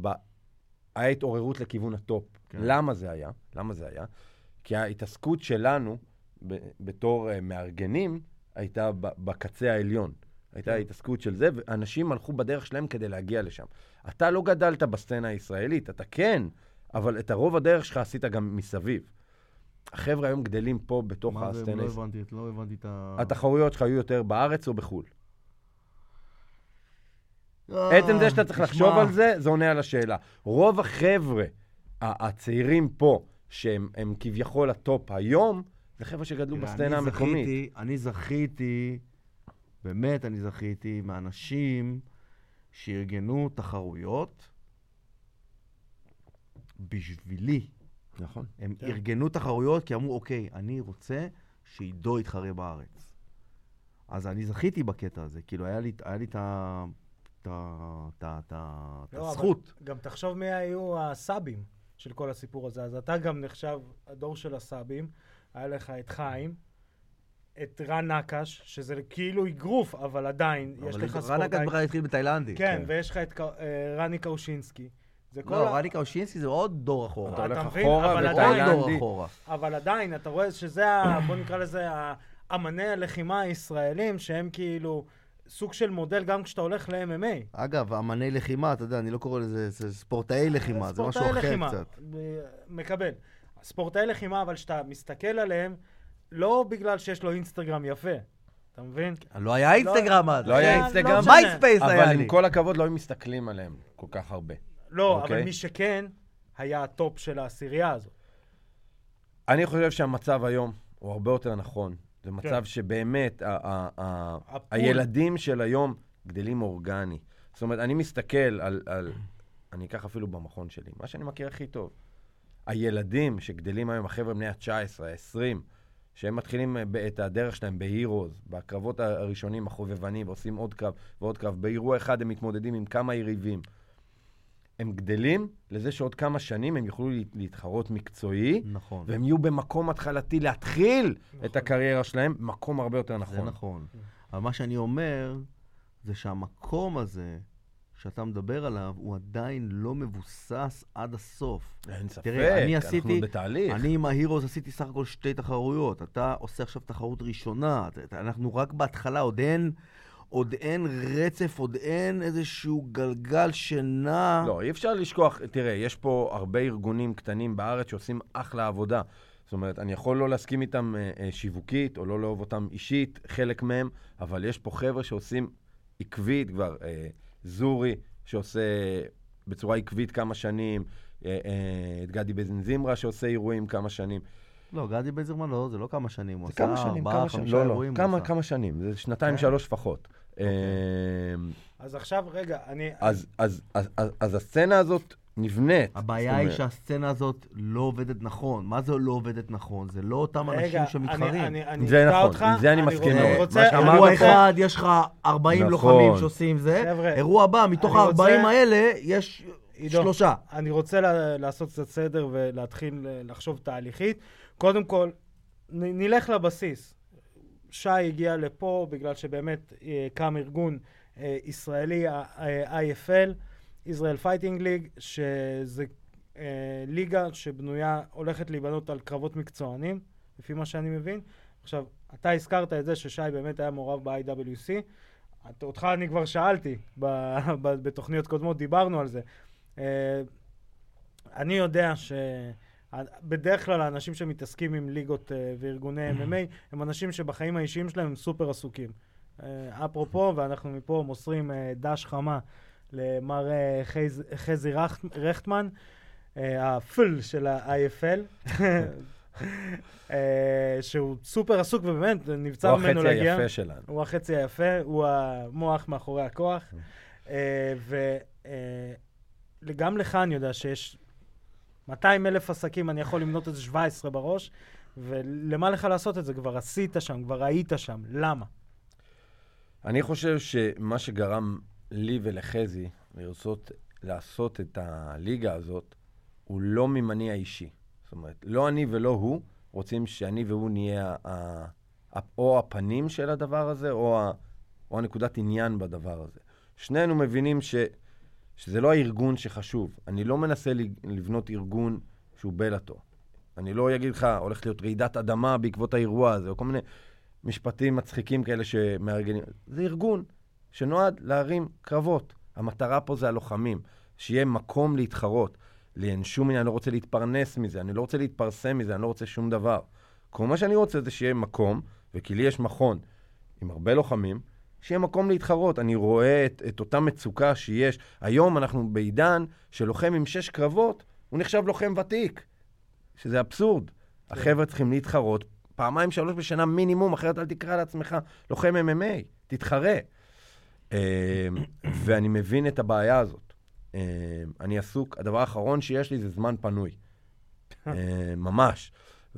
התעוררות לכיוון הטופ. למה זה היה? למה זה היה? כי ההתעסקות שלנו בתור מארגנים הייתה בקצה העליון. הייתה התעסקות של זה, ואנשים הלכו בדרך שלהם כדי להגיע לשם. אתה לא גדלת בסצנה הישראלית, אתה כן, אבל את הרוב הדרך שלך עשית גם מסביב. החבר'ה היום גדלים פה בתוך הסצנה הישראלית. מה זה? לא הבנתי, לא הבנתי את ה... התחרויות שלך היו יותר בארץ או בחול? עצם זה שאתה צריך לחשוב על זה, זה עונה על השאלה. רוב החבר'ה, הצעירים פה, שהם כביכול הטופ היום, זה חבר'ה שגדלו בסצנה המקומית. אני זכיתי, באמת אני זכיתי, מאנשים שארגנו תחרויות בשבילי. נכון. הם ארגנו תחרויות כי אמרו, אוקיי, אני רוצה שעידו יתחרה בארץ. אז אני זכיתי בקטע הזה, כאילו היה לי, היה לי את ה... את הזכות. גם תחשוב מי היו הסאבים של כל הסיפור הזה. אז אתה גם נחשב הדור של הסאבים. היה לך את חיים, את רן נקש, שזה כאילו אגרוף, אבל עדיין יש לך ספורטאי. רן נקש בכלל התחיל בתאילנדי. כן, ויש לך את רני קאושינסקי. לא, רני קאושינסקי זה עוד דור אחורה. אתה הולך אחורה בתאילנדי. אבל עדיין, אתה רואה שזה, בוא נקרא לזה, אמני הלחימה הישראלים, שהם כאילו... סוג של מודל גם כשאתה הולך ל-אם אם איי. אגב, אמני לחימה, אתה יודע, אני לא קורא לזה, זה ספורטאי לחימה, זה משהו אחר לחימה, קצת. מקבל. ספורטאי לחימה, אבל שאתה מסתכל עליהם, לא בגלל שיש לו אינסטגרם יפה. אתה מבין? לא היה אינסטגרם אז. לא היה אינסטגרם. מייספייס היה לי. אבל עם כל הכבוד לא היו מסתכלים עליהם כל כך הרבה. לא, אבל מי שכן, היה הטופ של העשירייה הזו. אני חושב שהמצב היום הוא הרבה יותר נכון. זה מצב שבאמת הילדים של היום גדלים אורגני. זאת אומרת, אני מסתכל על, אני אקח אפילו במכון שלי, מה שאני מכיר הכי טוב. הילדים שגדלים היום, החבר'ה בני ה-תשע עשרה, ה-עשרים, שהם מתחילים את הדרך שלהם בהירוז, בקרבות הראשונים החובבנים, ועושים עוד קרב ועוד קרב. באירוע אחד הם מתמודדים עם כמה יריבים. הם גדלים לזה שעוד כמה שנים הם יוכלו להתחרות מקצועי, נכון. והם יהיו במקום התחלתי להתחיל נכון. את הקריירה שלהם, מקום הרבה יותר נכון. זה נכון. אבל מה שאני אומר, זה שהמקום הזה, שאתה מדבר עליו, הוא עדיין לא מבוסס עד הסוף. אין ספק, תראה, אני אנחנו עשיתי, בתהליך. אני עם ההירוס עשיתי סך הכל שתי תחרויות. אתה עושה עכשיו תחרות ראשונה. אנחנו רק בהתחלה, עוד אין... עוד אין רצף, עוד אין איזשהו גלגל שנע. לא, אי אפשר לשכוח, תראה, יש פה הרבה ארגונים קטנים בארץ שעושים אחלה עבודה. זאת אומרת, אני יכול לא להסכים איתם אה, שיווקית, או לא לאהוב אותם אישית, חלק מהם, אבל יש פה חבר'ה שעושים עקבית כבר, אה, זורי, שעושה בצורה עקבית כמה שנים, אה, אה, את גדי בזן זמרה שעושה אירועים כמה שנים. לא, גדי בזרמן לא, זה לא כמה שנים. זה כמה שנים, כמה שנים. לא, לא, כמה, כמה שנים. זה שנתיים, שלוש לפחות. אז עכשיו, רגע, אני... אז הסצנה הזאת נבנית. הבעיה היא שהסצנה הזאת לא עובדת נכון. מה זה לא עובדת נכון? זה לא אותם אנשים שמתחרים. זה נכון, עם זה אני מסכים מאוד. אירוע אחד, יש לך ארבעים לוחמים שעושים זה. אירוע הבא, מתוך ה-ארבעים האלה, יש... שלושה. אני רוצה לעשות קצת סדר ולהתחיל לחשוב תהליכית. קודם כל, נלך לבסיס. שי הגיע לפה בגלל שבאמת קם ארגון ישראלי, ה-איי אף אל, Israel Fighting League, שזה ליגה שבנויה, הולכת להיבנות על קרבות מקצוענים, לפי מה שאני מבין. עכשיו, אתה הזכרת את זה ששי באמת היה מעורב ב-איי דאבליו סי. אותך אני כבר שאלתי, בתוכניות קודמות דיברנו על זה. אני יודע שבדרך כלל האנשים שמתעסקים עם ליגות וארגוני אם אם איי הם אנשים שבחיים האישיים שלהם הם סופר עסוקים. אפרופו, ואנחנו מפה מוסרים דש חמה למר חזי רכטמן, הפל של ה-איי אף אל, שהוא סופר עסוק ובאמת נבצר ממנו להגיע. הוא החצי היפה שלנו. הוא החצי היפה, הוא המוח מאחורי הכוח. ו... גם לך אני יודע שיש מאתיים אלף עסקים, אני יכול למנות איזה שבע עשרה בראש, ולמה לך לעשות את זה? כבר עשית שם, כבר היית שם. למה? אני חושב שמה שגרם לי ולחזי לרצות לעשות את הליגה הזאת, הוא לא ממני האישי. זאת אומרת, לא אני ולא הוא רוצים שאני והוא נהיה או הפנים של הדבר הזה, או הנקודת עניין בדבר הזה. שנינו מבינים ש... שזה לא הארגון שחשוב. אני לא מנסה לבנות ארגון שהוא בלטו. אני לא אגיד לך, הולך להיות רעידת אדמה בעקבות האירוע הזה, או כל מיני... משפטים מצחיקים כאלה שמארגנים. זה ארגון שנועד להרים קרבות. המטרה פה זה הלוחמים, שיהיה מקום להתחרות. לי אין שום עניין, אני לא רוצה להתפרנס מזה, אני לא רוצה להתפרסם מזה, אני לא רוצה שום דבר. כל מה שאני רוצה זה שיהיה מקום, וכי לי יש מכון עם הרבה לוחמים, שיהיה מקום להתחרות. אני רואה את, את אותה מצוקה שיש. היום אנחנו בעידן שלוחם עם שש קרבות, הוא נחשב לוחם ותיק, שזה אבסורד. החבר'ה צריכים להתחרות פעמיים שלוש בשנה מינימום, אחרת אל תקרא לעצמך לוחם אם אם איי, תתחרה. ואני מבין את הבעיה הזאת. אני עסוק, הדבר האחרון שיש לי זה זמן פנוי. ממש.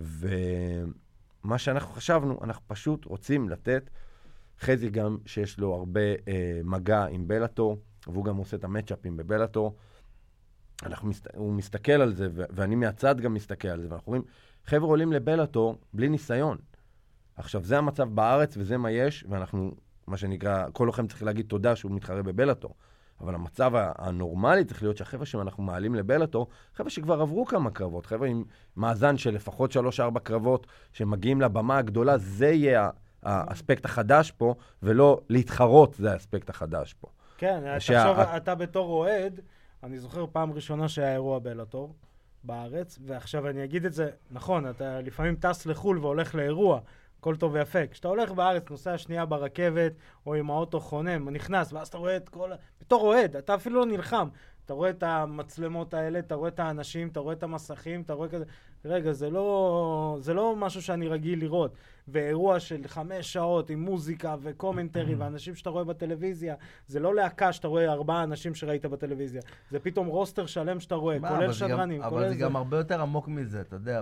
ומה שאנחנו חשבנו, אנחנו פשוט רוצים לתת, חזי גם שיש לו הרבה מגע עם בלאטור, והוא גם עושה את המאצ'אפים בבלאטור, הוא מסתכל על זה, ואני מהצד גם מסתכל על זה, ואנחנו רואים, חבר'ה עולים לבלאטור בלי ניסיון. עכשיו, זה המצב בארץ וזה מה יש, ואנחנו, מה שנקרא, כל לוחם צריך להגיד תודה שהוא מתחרה בבלאטור. אבל המצב הנורמלי צריך להיות שהחבר'ה שאנחנו מעלים לבלאטור, חבר'ה שכבר עברו כמה קרבות, חבר'ה עם מאזן של לפחות שלוש ארבע קרבות, שמגיעים לבמה הגדולה, זה יהיה האספקט החדש פה, ולא להתחרות זה האספקט החדש פה. כן, תחשוב, אתה בתור אוהד, אני זוכר פעם ראשונה שהיה אירוע בלאטור בארץ, ועכשיו אני אגיד את זה, נכון, אתה לפעמים טס לחול והולך לאירוע, הכל טוב ויפה. כשאתה הולך בארץ, נוסע שנייה ברכבת, או עם האוטו חונם, נכנס, ואז אתה רואה את כל... בתור אוהד, אתה אפילו לא נלחם. אתה רואה את המצלמות האלה, אתה רואה את האנשים, אתה רואה את המסכים, אתה רואה כזה... רגע, זה לא, זה לא משהו שאני רגיל לראות. ואירוע של חמש שעות עם מוזיקה וקומנטרי, ואנשים שאתה רואה בטלוויזיה, זה לא להקה שאתה רואה ארבעה אנשים שראית בטלוויזיה. זה פתאום רוסטר שלם שאתה רואה, כולל שדרנים, כולל זה. אבל זה גם הרבה יותר עמוק מזה, אתה יודע...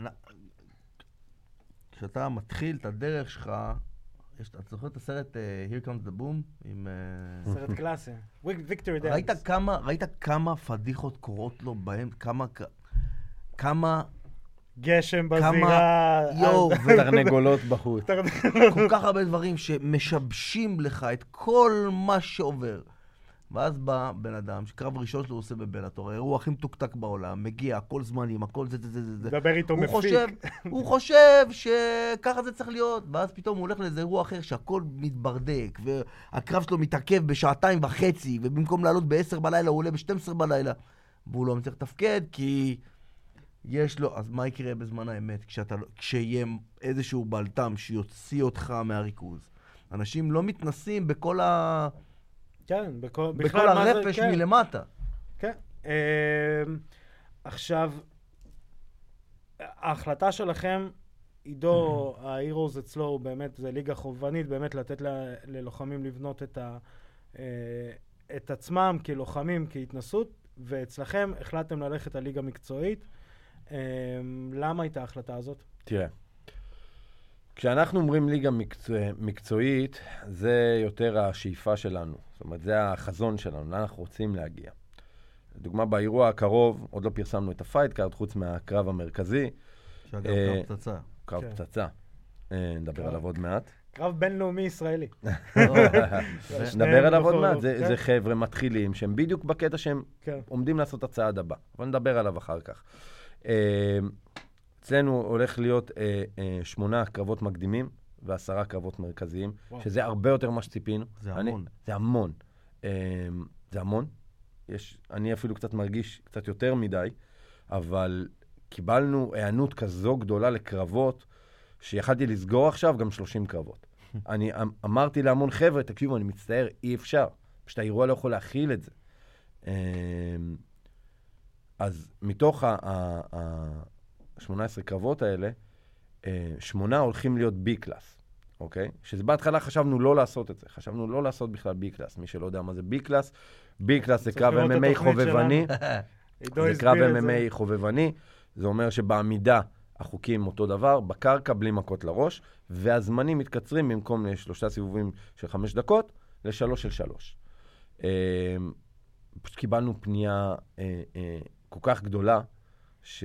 כשאתה מתחיל את הדרך שלך, יש, אתה זוכר את הסרט uh, Here Comes the Boom? עם... Uh... סרט קלאסי. Victory Dance. ראית כמה, ראית כמה פדיחות קורות לו בהם? כמה... כמה... גשם בזירה. יואו, ותרנגולות בחוץ. כל כך הרבה דברים שמשבשים לך את כל מה שעובר. ואז בא בן אדם, שקרב ראשון שלו עושה בבלאטור, האירוע הכי מתוקתק בעולם, מגיע, הכל זמנים, הכל זה, זה, זה, זה. דבר איתו מפיק. חושב, הוא חושב שככה זה צריך להיות, ואז פתאום הוא הולך לאיזה אירוע אחר שהכל מתברדק, והקרב שלו מתעכב בשעתיים וחצי, ובמקום לעלות ב-עשר בלילה, הוא עולה ב-שתים עשרה בלילה, והוא לא מצליח לתפקד, כי יש לו, אז מה יקרה בזמן האמת, כשאתה, כשיהיה איזשהו בלטם שיוציא אותך מהריכוז? אנשים לא מתנסים בכל ה... כן, בכל, בכל הרפש כן. מלמטה. כן. אה, עכשיו, ההחלטה שלכם, עידו, ההירוס אצלו, באמת, זה ליגה חובבנית, באמת לתת ל, ללוחמים לבנות את, ה, אה, את עצמם כלוחמים, כהתנסות, ואצלכם החלטתם ללכת על ליגה מקצועית. אה, למה הייתה ההחלטה הזאת? תראה. כשאנחנו אומרים ליגה מקצוע, מקצועית, זה יותר השאיפה שלנו. זאת אומרת, זה החזון שלנו, לאן אנחנו רוצים להגיע. לדוגמה, באירוע הקרוב, עוד לא פרסמנו את הפייט קארד, חוץ מהקרב המרכזי. שאגב, קרב פצצה. קרב פצצה. נדבר עליו עוד מעט. קרב בינלאומי ישראלי. נדבר עליו עוד מעט. זה חבר'ה מתחילים, שהם בדיוק בקטע שהם עומדים לעשות את הצעד הבא. אבל נדבר עליו אחר כך. אצלנו הולך להיות אה, אה, שמונה קרבות מקדימים ועשרה קרבות מרכזיים, וואו. שזה הרבה יותר מה שציפינו. זה אני, המון. זה המון. אה, זה המון. יש, אני אפילו קצת מרגיש קצת יותר מדי, אבל קיבלנו הענות כזו גדולה לקרבות, שיכלתי לסגור עכשיו גם שלושים קרבות. אני אמרתי להמון חבר'ה, תקשיבו, אני מצטער, אי אפשר. פשוט האירוע לא יכול להכיל את זה. אה, אז מתוך ה... ה, ה ה-שמונה עשרה קרבות האלה, שמונה הולכים להיות בי-קלאס, אוקיי? שזה בהתחלה חשבנו לא לעשות את זה. חשבנו לא לעשות בכלל בי-קלאס. מי שלא יודע מה זה בי-קלאס, בי-קלאס זה קרב אם אם איי חובבני. זה קרב אם אם איי חובבני. זה אומר שבעמידה החוקים אותו דבר, בקרקע בלי מכות לראש, והזמנים מתקצרים במקום לשלושה סיבובים של חמש דקות, לשלוש של שלוש. פשוט קיבלנו פנייה כל כך גדולה, ש...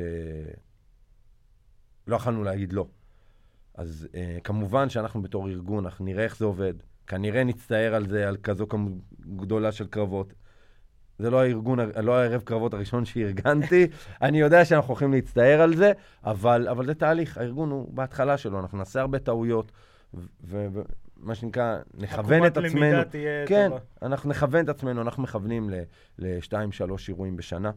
לא יכולנו להגיד לא. אז uh, כמובן שאנחנו בתור ארגון, אנחנו נראה איך זה עובד. כנראה נצטער על זה, על כזו כמות גדולה של קרבות. זה לא הארגון, לא הערב קרבות הראשון שארגנתי. אני יודע שאנחנו הולכים להצטער על זה, אבל, אבל זה תהליך. הארגון הוא בהתחלה שלו, אנחנו נעשה הרבה טעויות, ומה שנקרא, נכוון את עצמנו. עקומת למידה תהיה כן, טובה. אנחנו נכוון את עצמנו, אנחנו מכוונים לשתיים, שלוש אירועים בשנה,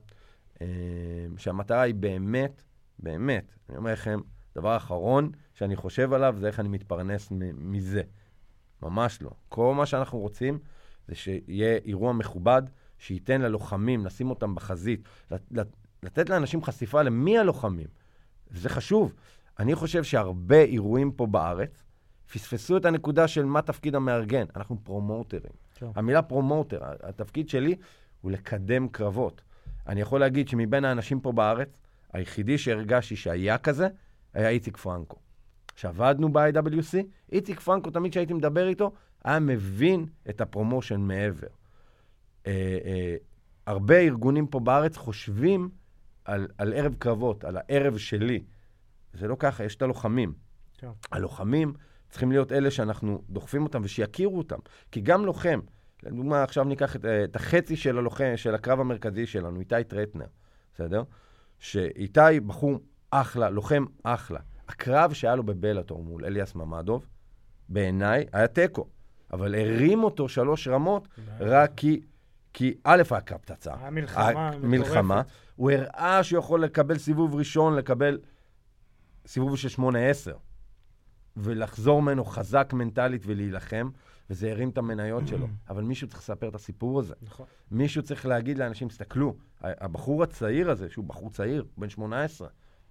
שהמטרה היא באמת, באמת, אני אומר לכם, דבר אחרון שאני חושב עליו, זה איך אני מתפרנס מזה. ממש לא. כל מה שאנחנו רוצים, זה שיהיה אירוע מכובד, שייתן ללוחמים, לשים אותם בחזית, לתת לאנשים חשיפה למי הלוחמים. וזה חשוב. אני חושב שהרבה אירועים פה בארץ, פספסו את הנקודה של מה תפקיד המארגן. אנחנו פרומוטרים. טוב. המילה פרומוטר, התפקיד שלי הוא לקדם קרבות. אני יכול להגיד שמבין האנשים פה בארץ, היחידי שהרגשתי שהיה כזה, היה איציק פרנקו. כשעבדנו ב-איי דאבליו סי, איציק פרנקו, תמיד כשהייתי מדבר איתו, היה מבין את הפרומושן מעבר. אה, אה, הרבה ארגונים פה בארץ חושבים על, על ערב קרבות, על הערב שלי. זה לא ככה, יש את הלוחמים. טוב. הלוחמים צריכים להיות אלה שאנחנו דוחפים אותם ושיכירו אותם. כי גם לוחם, לדוגמה, עכשיו ניקח את, את החצי של הלוחם, של הקרב המרכזי שלנו, איתי טרטנר, בסדר? שאיתי בחור אחלה, לוחם אחלה. הקרב שהיה לו בבלאטור מול אליאס ממדוב, בעיניי היה טקו, אבל הרים אותו שלוש רמות, רק כי, כי א' היה קרב פצצה. היה מלחמה, מלחמה. הוא הראה שהוא יכול לקבל סיבוב ראשון, לקבל סיבוב של שמונה עשר, ולחזור ממנו חזק מנטלית ולהילחם, וזה הרים את המניות שלו. אבל מישהו צריך לספר את הסיפור הזה. נכון. מישהו צריך להגיד לאנשים, תסתכלו, הבחור הצעיר הזה, שהוא בחור צעיר, בן שמונה עשרה,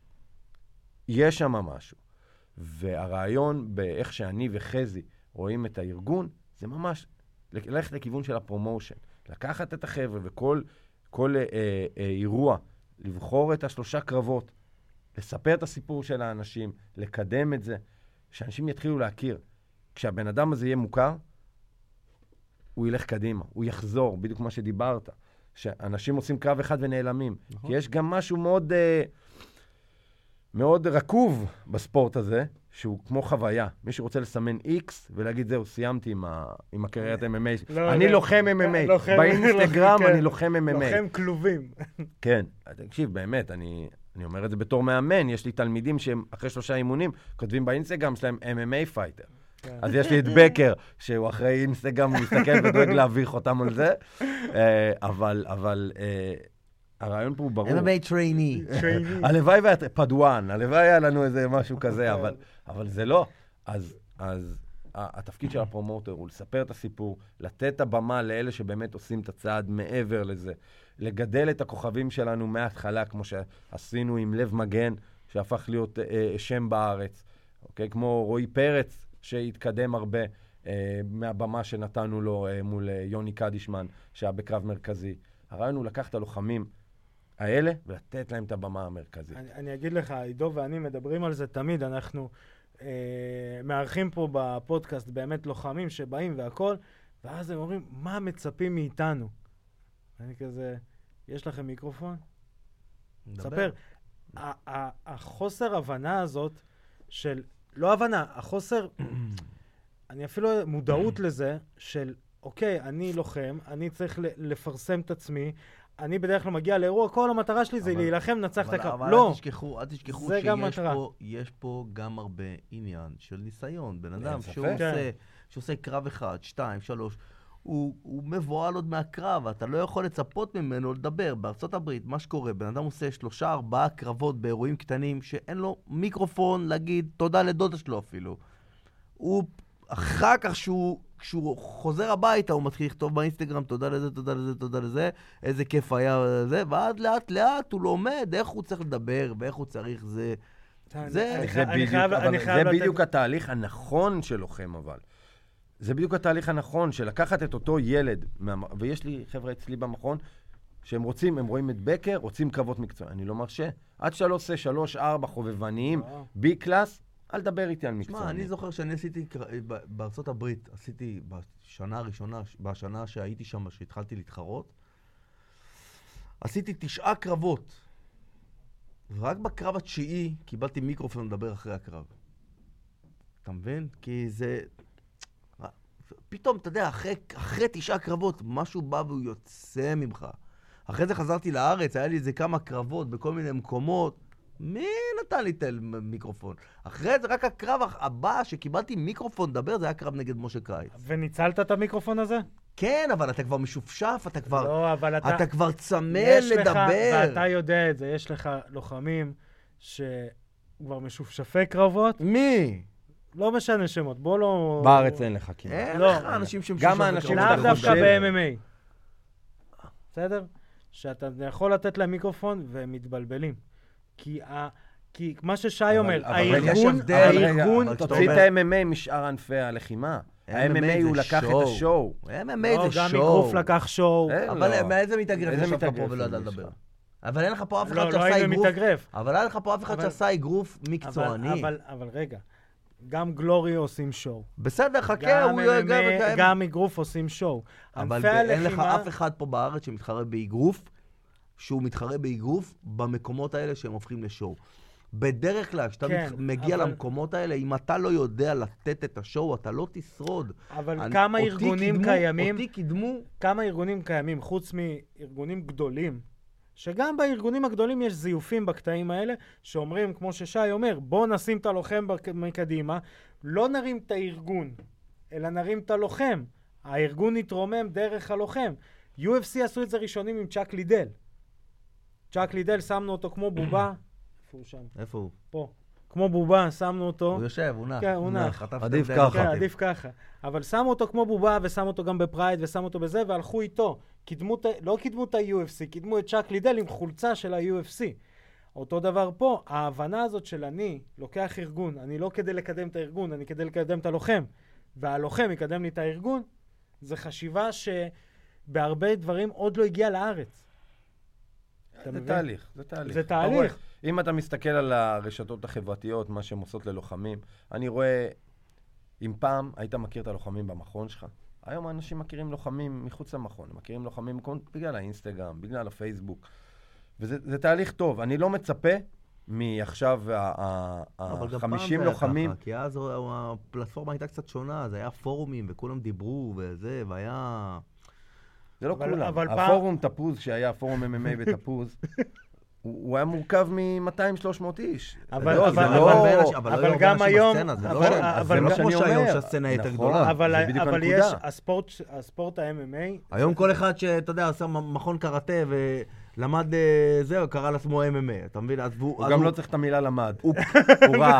יש שם משהו. והרעיון באיך שאני וחזי רואים את הארגון, זה ממש ללכת לכיוון של הפרומושן. לקחת את החבר'ה וכל כל, אה, אה, אירוע, לבחור את השלושה קרבות, לספר את הסיפור של האנשים, לקדם את זה, שאנשים יתחילו להכיר. כשהבן אדם הזה יהיה מוכר, הוא ילך קדימה, הוא יחזור, בדיוק מה שדיברת. שאנשים עושים קרב אחד ונעלמים. נכון. כי יש גם משהו מאוד... אה, מאוד רקוב בספורט הזה, שהוא כמו חוויה. מי שרוצה לסמן איקס ולהגיד, זהו, סיימתי עם, ה... עם הקריירת אם אם איי. לא, אני לא, לוחם אם אם איי. לוחם, באינסטגרם כן, אני לוחם אם אם איי. לוחם כלובים. כן, תקשיב, באמת, אני, אני אומר את זה בתור מאמן. יש לי תלמידים שהם אחרי שלושה אימונים, כותבים באינסטגרם שלהם אם אם איי פייטר. כן. אז יש לי את בקר, שהוא אחרי אינסטגרם, הוא מסתכל ודואג להביך אותם על זה. אבל, אבל... הרעיון פה הוא ברור. אם אם איי טרייני. הלוואי והיה פדואן, הלוואי היה לנו איזה משהו כזה, אבל, אבל זה לא. אז, אז התפקיד של הפרומוטר הוא לספר את הסיפור, לתת את הבמה לאלה שבאמת עושים את הצעד מעבר לזה, לגדל את הכוכבים שלנו מההתחלה, כמו שעשינו עם לב מגן, שהפך להיות אה, שם בארץ, אוקיי? כמו רועי פרץ, שהתקדם הרבה אה, מהבמה שנתנו לו אה, מול אה, יוני קדישמן, שהיה בקרב מרכזי. הרעיון הוא לקחת הלוחמים האלה ולתת להם את הבמה המרכזית. אני, אני אגיד לך, עידו ואני מדברים על זה תמיד, אנחנו אה, מארחים פה בפודקאסט באמת לוחמים שבאים והכל, ואז הם אומרים, מה מצפים מאיתנו? אני כזה, יש לכם מיקרופון? ספר. החוסר הבנה הזאת של, לא הבנה, החוסר, אני אפילו מודעות לזה של, אוקיי, אני לוחם, אני צריך לפרסם את עצמי, אני בדרך כלל מגיע לאירוע, כל המטרה שלי זה להילחם, נצח את הקרב. לא. אבל אל תשכחו, אל תשכחו שיש פה, יש פה גם הרבה עניין של ניסיון. בן אדם שהוא עושה, שעושה קרב אחד, שתיים, שלוש, הוא, הוא מבועל עוד מהקרב, אתה לא יכול לצפות ממנו לדבר. בארצות הברית, מה שקורה, בן אדם עושה שלושה, ארבעה קרבות באירועים קטנים, שאין לו מיקרופון להגיד תודה לדודה שלו אפילו. הוא, אחר כך שהוא... כשהוא חוזר הביתה, הוא מתחיל לכתוב באינסטגרם, תודה לזה, תודה לזה, תודה לזה, איזה כיף היה זה, ועד לאט לאט הוא לומד איך הוא צריך לדבר, ואיך הוא צריך זה. זה בדיוק התהליך הנכון של לוחם, אבל. זה בדיוק התהליך הנכון של לקחת את אותו ילד, ויש לי חבר'ה אצלי במכון, שהם רוצים, הם רואים את בקר, רוצים קרבות מקצוע. אני לא מרשה. עד שלא עושה שלוש, ארבע חובבניים, בי קלאס, אל דבר איתי על מקצוע. שמע, אני זוכר שאני עשיתי, בארצות הברית, עשיתי בשנה הראשונה, בשנה שהייתי שם, שהתחלתי להתחרות, עשיתי תשעה קרבות. ורק בקרב התשיעי קיבלתי מיקרופון לדבר אחרי הקרב. אתה מבין? כי זה... פתאום, אתה יודע, אחרי, אחרי תשעה קרבות, משהו בא והוא יוצא ממך. אחרי זה חזרתי לארץ, היה לי איזה כמה קרבות בכל מיני מקומות. מי נתן לי את המיקרופון? אחרי זה רק הקרב הבא שקיבלתי מיקרופון לדבר, זה היה קרב נגד משה קרייץ. וניצלת את המיקרופון הזה? כן, אבל אתה כבר משופשף, אתה כבר... לא, אבל אתה... אתה כבר צמא יש לך, לדבר. ואתה יודע את זה, יש לך לוחמים שכבר משופשפי קרבות. מי? לא משנה שמות, בוא לא... בארץ אין לך כמעט. אין לא. לך אנשים שמשופשפי גם האנשים לאו שאתה דווקא חושב- ב-אם אם איי. בסדר? שאתה יכול לתת להם מיקרופון והם מתבלבלים. כי ה... כי מה ששי אומר, אבל יש הארגון, הבדל. אבל רגע, הארגון... אבל תוציא אומר- את ה-אם אם איי משאר ענפי הלחימה. ה-אם אם איי הוא זה לקח את שואו. השואו. אם אם איי לא, זה גם שואו. אגרוף לקח שואו. אין אבל לו. מאיזה מתאגרף איזה ישבת פה מתאגרף ולא ידע יש לדבר? לך? אבל אין לך פה אף אחד לא, לא שעשה היינו אגרוף. מתאגרף. אבל אין לך פה אף אחד אבל- שעשה אגרוף אבל, מקצועני. אבל, אבל רגע, גם גלורי עושים שואו. בסדר, חכה, גם הוא אם אם גם... איי, גם- גם אגרוף עושים שואו. אבל ענפי אין לך הלחימה- אף אחד פה בארץ שמתחרה באגרוף, שהוא מתחרה באגרוף במקומות האלה שהם הופכים לשואו. בדרך כלל, כשאתה כן, מתח- מגיע אבל- למקומות האלה, אם אתה לא יודע לתת את השואו, אתה לא תשרוד. אבל אני- כמה אותי ארגונים קידמו- קיימים, אותי קידמו, כמה ארגונים קיימים, חוץ מארגונים גדולים, שגם בארגונים הגדולים יש זיופים בקטעים האלה, שאומרים, כמו ששי אומר, בוא נשים את הלוחם בק- מקדימה, לא נרים את הארגון, אלא נרים את הלוחם. הארגון יתרומם דרך הלוחם. יו אף סי עשו את זה ראשונים עם צ'אק לידל. צ'אק לידל, שמנו אותו כמו בובה, איפה הוא שם? איפה הוא? פה. כמו בובה, שמנו אותו. הוא יושב, הוא נח. כן, הוא נח. חטף עדיף את ההבדל. ככה. כן, עדיף ככה. אבל שמו אותו כמו בובה, ושמו אותו גם בפרייד, ושמו אותו בזה, והלכו איתו. קידמו, את ה- לא קידמו את ה-יו אף סי, קידמו את צ'אק לידל עם חולצה של ה-יו אף סי. אותו דבר פה, ההבנה הזאת של אני לוקח ארגון, אני לא כדי לקדם את הארגון, אני כדי לקדם את הלוחם, והלוחם יקדם לי את הארגון, זה חשיבה שבהרבה דברים עוד לא הגיעה לארץ. אתה זה מבין? תהליך, זה תהליך. זה אתה רואה, תהליך. אם אתה מסתכל על הרשתות החברתיות, מה שהן עושות ללוחמים, אני רואה, אם פעם היית מכיר את הלוחמים במכון שלך, היום האנשים מכירים לוחמים מחוץ למכון, הם מכירים לוחמים בגלל האינסטגרם, בגלל הפייסבוק, וזה זה תהליך טוב. אני לא מצפה מעכשיו אבל גם פעם ה-חמישים זה היה לוחמים, ככה, כי אז הפלטפורמה הייתה קצת שונה, זה היה פורומים וכולם דיברו וזה, והיה... זה לא אבל- כולם. אבל פעם- הפורום תפוז, שהיה פורום אם אם איי בתפוז, הוא הוא היה מורכב מ-מאתיים שלוש מאות איש. אבל- לא, אבל- זה אבל- לא... בין הש- אבל לא הרבה גם אנשים היום- בסצנה, זה לא אבל- ש- אבל- זה לא אבל- כמו שאני שהיום אומר. שהסצנה היא יותר נכון. גדולה. אבל, זה בדיוק אבל הנקודה. יש, הספורט, הספורט ה-אם אם איי, היום כל אחד שאתה יודע, עשה מכון קראטה ולמד אה, זהו, קרא לעצמו אם אם איי, אתה מבין? אז הוא גם לא צריך את המילה למד. הוא ראה.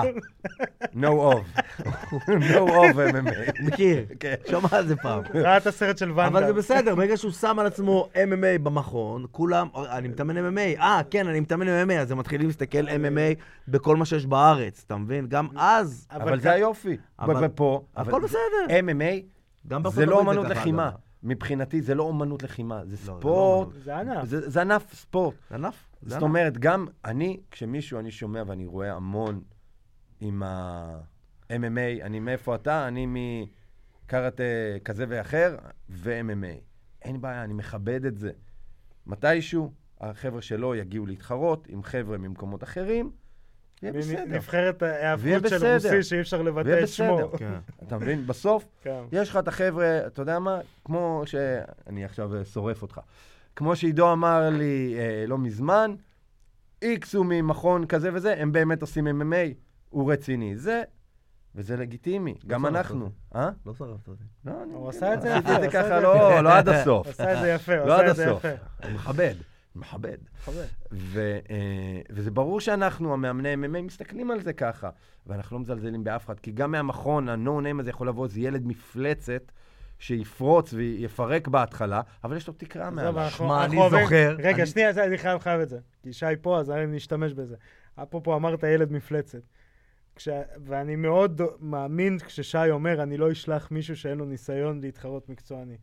No of. No of אם אם איי. מכיר, כן. שמע על זה פעם. ראה את הסרט של ונדה. אבל זה בסדר, ברגע שהוא שם על עצמו אם אם איי במכון, כולם, אני מתאמן אם אם איי, אה, כן, אני מתאמן אם אם איי, אז הם מתחילים להסתכל אם אם איי בכל מה שיש בארץ, אתה מבין? גם אז, אבל זה היופי. אבל- ופה, הכל בסדר. אם אם איי גם בארצות זה לא הברית אומנות ככה, לחימה. אגב. מבחינתי זה לא אומנות לחימה, זה זה לא ספורט. אומנות. זה ענף. זה זה ענף ספורט. זה ענף. זה זאת ענף. אומרת, גם אני, כשמישהו, אני שומע ואני רואה המון עם ה-אם אם איי, אני מאיפה אתה, אני מקראטה כזה ואחר, ו-אם אם איי. אין בעיה, אני מכבד את זה. מתישהו, החבר'ה שלו יגיעו להתחרות עם חבר'ה ממקומות אחרים, יהיה בסדר. נבחרת ויהיה ההיאבקות של בסדר. רוסי שאי אפשר לבטא ויהיה את שמו. בסדר. כן. אתה מבין? בסוף, כן. יש לך את החבר'ה, אתה יודע מה? כמו ש... אני עכשיו אה, שורף אותך. כמו שעידו אמר לי אה, לא מזמן, איקס הוא ממכון כזה וזה, הם באמת עושים אם אם איי, הוא רציני. זה, וזה לגיטימי, גם שרפת אנחנו. אותי. אה? לא שרפת אותי. לא, אני... הוא עשה את זה עשיתי יפה, את זה הוא עשה את ככה, זה לא, יפה. לא עד הסוף. הוא עשה את זה יפה, הוא לא עשה עד את זה הסוף. יפה. אני מכבד, מכבד. מכבד. ו, אה, וזה ברור שאנחנו, המאמני אם אם איי, מסתכלים על זה ככה, ואנחנו לא מזלזלים באף אחד, כי גם מהמכון, ה-no name הזה יכול לבוא, זה ילד מפלצת, שיפרוץ ויפרק בהתחלה, אבל יש לו תקרה עזוב, מעלה. אנחנו- שמע, אנחנו אני אוהבים- זוכר, רגע, אני- שנייה, זה- אני חייב חייב את זה. כי שי פה, אז אני נשתמש בזה. אפרופו אמרת ילד מפלצת. כש... ואני מאוד מאמין כששי אומר, אני לא אשלח מישהו שאין לו ניסיון להתחרות מקצועני.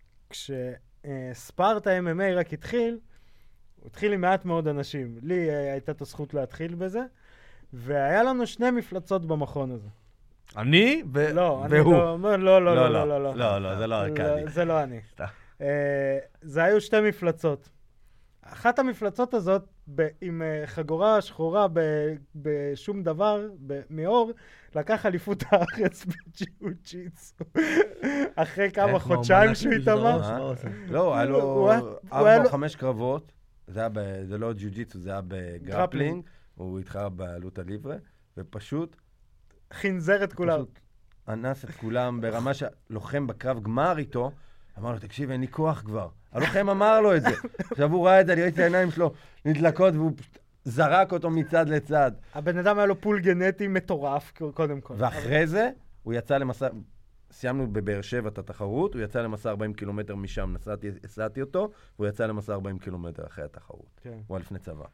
כשספארט ה-אם אם איי רק התחיל, הוא התחיל עם מעט מאוד אנשים. לי אה, הייתה את הזכות להתחיל בזה, והיה לנו שני מפלצות במכון הזה. אני ו- לא, אני והוא. לא, לא, לא, לא, לא, לא, לא. לא, לא, זה לא ארכדי. זה לא אני. סתם. אה, זה היו שתי מפלצות. אחת המפלצות הזאת, ב- עם אה, חגורה שחורה ב- בשום דבר, ב- מאור, לקח אליפות הארץ בג'יו-ג'יטסו. אחרי כמה איך, מה, חודשיים הוא שהוא מענק לי התאמן. בראש? מה הוא עושה? לא, היה הוא היה- לו הוא היה ארבע לו- או חמש קרבות, זה היה ב- זה לא ג'יו-ג'יטסו, זה היה בגרפלינג, הוא התחרה בעלות הליברה, ופשוט... חינזר את כולם. פשוט אנס את כולם ברמה שלוחם בקרב גמר איתו, אמר לו, תקשיב, אין לי כוח כבר. הלוחם אמר לו את זה. עכשיו הוא ראה את זה, אני ראיתי את העיניים שלו נדלקות, והוא זרק אותו מצד לצד. הבן אדם היה לו פול גנטי מטורף, קודם כל. ואחרי זה, הוא יצא למסע... סיימנו בבאר שבע את התחרות, הוא יצא למסע ארבעים קילומטר משם, נסעתי, הסעתי אותו, והוא יצא למסע ארבעים קילומטר אחרי התחרות. כן. הוא היה לפני צבא.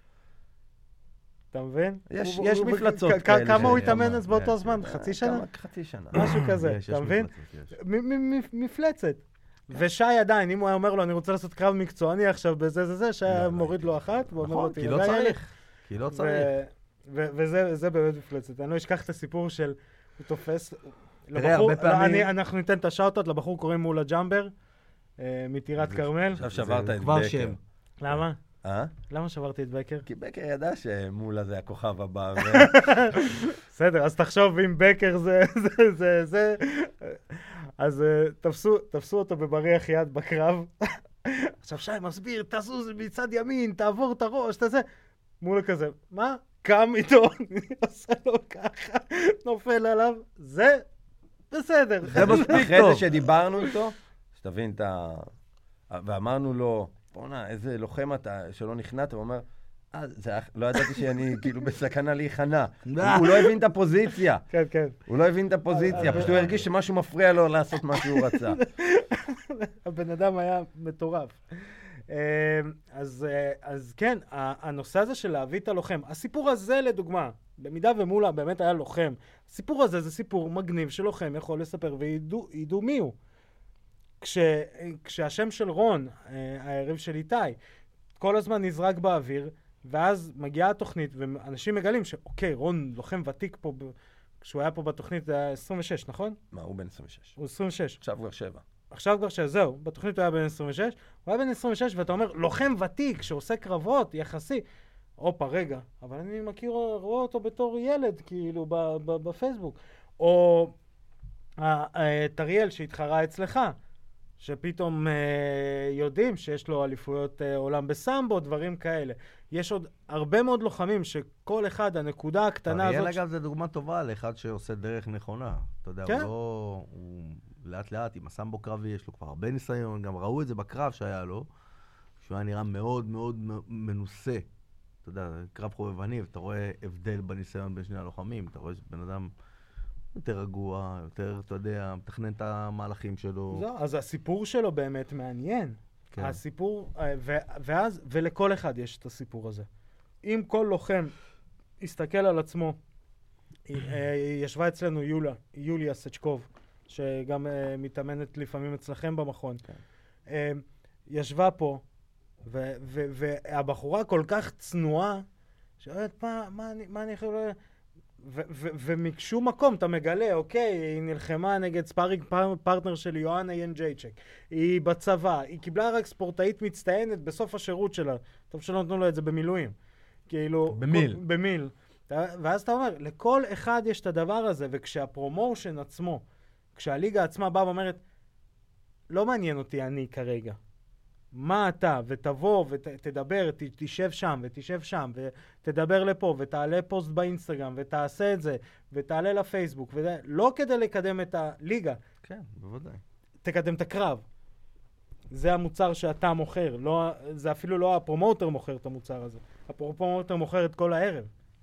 אתה מבין? יש, הוא, יש הוא, מפלצות כ- כאלה. כמה הוא יש, התאמן יש, אז באותו יש, זמן? יש. חצי שנה? כמה, חצי שנה. משהו כזה, יש, יש אתה מבין? מפלצות, יש. מ- מ- מ- מפלצת. ושי עדיין, אם הוא היה אומר לו, אני רוצה לעשות קרב מקצועני עכשיו בזה זה זה, שי לא, היה לא מוריד הייתי. לו אחת, ואומר לו, נכון, כי לא "תירגע, ילד." צריך. כי לא צריך. ו- ו- וזה זה באמת מפלצת. אני לא אשכח את הסיפור של, הוא תופס, לבחור, הרבה לא, פעמים- אני- אנחנו ניתן את השאוטות, לבחור קוראים מולה ג'אמבר, אה, מטירת כרמל. עכשיו שברת את כבר בקר. שם. למה? אה? למה שברתי את בקר? כי בקר ידע שמולה זה הכוכב הבא. ו... בסדר, אז תחשוב אם בקר זה, זה, זה, זה. אז uh, תפסו, תפסו אותו בבריח יד בקרב. עכשיו שי מסביר, תזוז מצד ימין, תעבור את הראש, תזה. מולה כזה, מה? קם איתו, עושה לו ככה, נופל עליו, זה בסדר. זה מספיק אחרי טוב. זה שדיברנו איתו, שתבין את ה... ואמרנו לו, בוא'נה, איזה לוחם אתה, שלא נכנעת, הוא אומר, אה, זה היה- לא ידעתי שאני כאילו בסכנה להיכנע. הוא הוא לא הבין את הפוזיציה. כן, כן. הוא לא הבין את הפוזיציה, פשוט הוא הרגיש שמשהו מפריע לו לעשות מה שהוא רצה. הבן אדם היה מטורף. אה, אז, אה, אז כן, ה- הנושא הזה של להביא את הלוחם, הסיפור הזה לדוגמה, במידה ומולה באמת היה לוחם, הסיפור הזה זה סיפור מגניב שלוחם יכול לספר וידעו ידעו מי הוא. כש, כשהשם של רון, אה, היריב של איתי, כל הזמן נזרק באוויר, ואז מגיעה התוכנית, ואנשים מגלים שאוקיי, רון לוחם ותיק פה, ב- כשהוא היה פה בתוכנית זה היה עשרים ושש, נכון? מה, הוא בן עשרים ושש. הוא עשרים ושש. עכשיו כבר שבע. עכשיו כבר שזהו, בתוכנית הוא היה בן עשרים ושש, הוא היה בן עשרים ושש ואתה אומר, לוחם ותיק שעושה קרבות יחסי. הופה, רגע, אבל אני מכיר, רואה אותו בתור ילד, כאילו, ב- ב- בפייסבוק. או ה- אה, תריאל שהתחרה אצלך, שפתאום אה, יודעים שיש לו אליפויות אה, עולם בסמבו, דברים כאלה. יש עוד הרבה מאוד לוחמים שכל אחד, הנקודה הקטנה הזאת... אריאל אגב זה דוגמה טובה לאחד שעושה דרך נכונה. אתה יודע, כן. הוא לא... הוא לאט לאט עם הסמבו קרבי, יש לו כבר הרבה ניסיון, גם ראו את זה בקרב שהיה לו, שהוא היה נראה מאוד מאוד מנוסה. אתה יודע, קרב חובבני, ואתה רואה הבדל בניסיון בין שני הלוחמים, אתה רואה שבן אדם יותר רגוע, יותר, אתה יודע, מתכנן את המהלכים שלו. זהו, אז הסיפור שלו באמת מעניין. כן. הסיפור, אה, ו- ואז, ולכל אחד יש את הסיפור הזה. אם כל לוחם יסתכל על עצמו, אה, ישבה אצלנו יוליה, יוליה סצ'קוב, שגם אה, מתאמנת לפעמים אצלכם במכון. אה, ישבה פה, ו- ו- והבחורה כל כך צנועה, שאומרת, מה, מה אני, מה אני יכול... ו- ו- ומשום מקום אתה מגלה, אוקיי, היא נלחמה נגד ספארינג פר- פרטנר של יואנה ינג'ייצ'ק. היא בצבא, היא קיבלה רק ספורטאית מצטיינת בסוף השירות שלה. טוב שלא נתנו לו את זה במילואים. כאילו... במיל. כל, במיל. אתה- ואז אתה אומר, לכל אחד יש את הדבר הזה, וכשהפרומושן עצמו, כשהליגה עצמה באה ואומרת, לא מעניין אותי אני כרגע. מה אתה, ותבוא ותדבר, ת, תשב שם ותשב שם ותדבר לפה ותעלה פוסט באינסטגרם ותעשה את זה ותעלה לפייסבוק, ודה... לא כדי לקדם את הליגה, כן, בוודאי. תקדם את הקרב. זה המוצר שאתה מוכר, לא, זה אפילו לא הפרומוטר מוכר את המוצר הזה, הפרומוטר מוכר את כל הערב.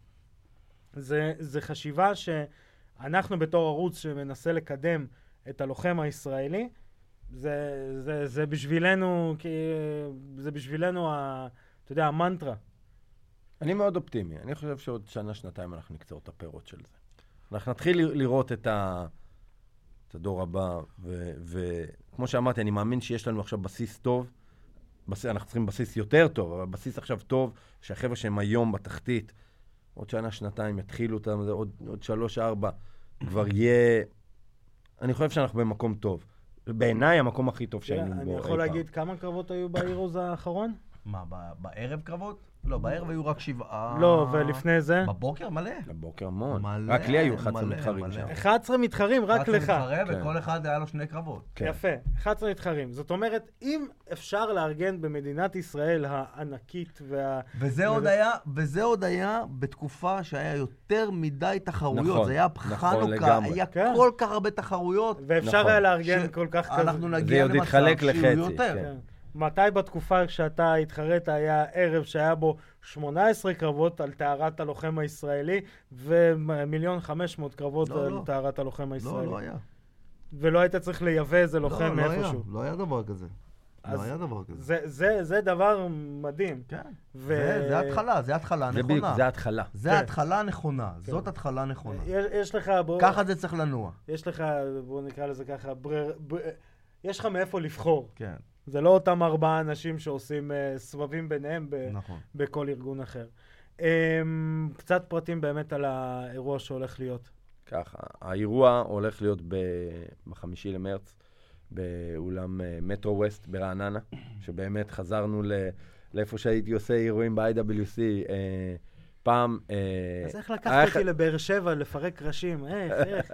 זה, זה חשיבה שאנחנו בתור ערוץ שמנסה לקדם את הלוחם הישראלי, זה, זה, זה בשבילנו, כי זה בשבילנו, ה, אתה יודע, המנטרה. אני מאוד אופטימי. אני חושב שעוד שנה, שנתיים אנחנו נקצור את הפירות של זה. אנחנו נתחיל ל- לראות את, ה, את הדור הבא, ו, וכמו שאמרתי, אני מאמין שיש לנו עכשיו בסיס טוב. בס, אנחנו צריכים בסיס יותר טוב, אבל בסיס עכשיו טוב, שהחבר'ה שהם היום בתחתית, עוד שנה, שנתיים יתחילו אותם, זה עוד, עוד שלוש, ארבע, כבר יהיה... אני חושב שאנחנו במקום טוב. בעיניי המקום הכי טוב שהיינו בו. אני יכול להגיד כמה קרבות היו בהירוז האחרון? מה, ב- בערב קרבות? לא, בערב היו רק שבעה... לא, ולפני זה? בבוקר מלא. בבוקר המון. מלא, רק לי היו אחד עשר מלא, מתחרים מלא. שם. אחד עשר מתחרים רק לך. אחד עשרה מתחרה, כן. וכל אחד היה לו שני קרבות. כן. יפה, אחד עשר מתחרים. זאת אומרת, אם אפשר לארגן במדינת ישראל הענקית וה... וזה עוד היה, וזה עוד היה בתקופה שהיה יותר מדי תחרויות. נכון, זה היה נכון חנוכה, לגמרי. היה כן. כל כך הרבה תחרויות. ואפשר נכון. היה לארגן ש- כל כך כזה. אנחנו זה נגיע עוד למצב התחלק שיהיו לחצי, יותר. כן. כן. מתי בתקופה כשאתה התחרית היה ערב שהיה בו שמונה עשרה קרבות על טהרת הלוחם הישראלי ומיליון חמש מאות קרבות לא, על לא. טהרת הלוחם הישראלי? לא, לא היה. ולא היית צריך לייבא איזה לוחם לא, לא היה. מאיפשהו. לא היה דבר כזה. אז לא היה דבר כזה. זה, זה, זה דבר מדהים. כן. ו- זה זה התחלה, זה התחלה זה בדיוק, נכונה. זה ההתחלה. זה כן. התחלה נכונה. זאת התחלה נכונה. יש, יש לך, בוא, ככה זה צריך לנוע. יש לך, בוא נקרא לזה ככה, ברר, בר, יש לך מאיפה לבחור. כן, זה לא אותם ארבעה אנשים שעושים uh, סבבים ביניהם ב- נכון. בכל ארגון אחר. Um, קצת פרטים באמת על האירוע שהולך להיות. ככה, האירוע הולך להיות ב- בחמישי למרץ, באולם אה, מטרו ווסט ברעננה, שבאמת חזרנו ל- לאיפה שהייתי עושה אירועים ב-איי דאבליו סי. אה, פעם... אה, אז איך היה לקחת ח- אותי לבאר שבע לפרק ראשים? איך, איך?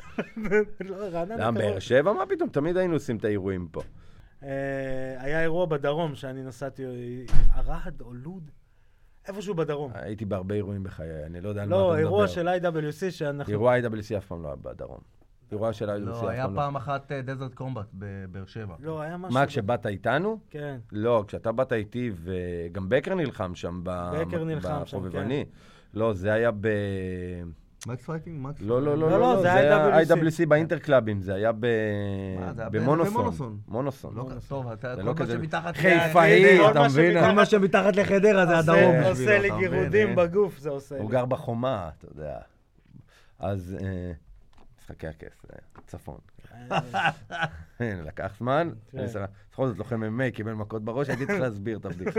לא, רעננה למה, קרוב. באר שבע? מה פתאום? תמיד היינו עושים את האירועים פה. אה, היה אירוע בדרום שאני נסעתי, ערד או לוד? איפשהו בדרום. הייתי בהרבה אירועים בחיי, אני לא יודע על מה אתה לא, מדבר. אירוע של איי דאבליו סי שאנחנו... אירוע איי דאבליו סי אף פעם לא היה בדרום. אירוע של איי דאבליו סי לא, אף היה פעם לא. פעם אחת דזרט קומבט בבאר שבע. לא, היה משהו... מה, ב- כשבאת איתנו? כן. לא, כשאתה באת איתי, וגם בקר נלחם שם, ב- בקר נלחם שם, בחובבני. לא, זה היה ב... מקס פייטינג? מקס לא, לא, לא, לא, לא, לא, זה זה היה איי דאבליו סי. איי דאבליו סי באינטרקלאבים, זה היה ב... מה, זה היה ב- במונוסון. במונוסון. מונוסון. לא, טוב, אתה, זה כל לא מה כזה- שמתחת... חיפאי, כל אתה מה מבין? שמתחת- כל מה שמתחת לחדרה זה הדרום עושה- בשבילו. עושה לי אתה מבין, גירודים אה? בגוף, זה עושה לי. הוא גר בחומה, אתה יודע. אז אה, משחקי הכס, אה, צפון. הנה, לקח זמן. כן. אני שמח- בכל זאת לוחם אם אם איי, קיבל מכות בראש, הייתי צריך להסביר את הבדיחה.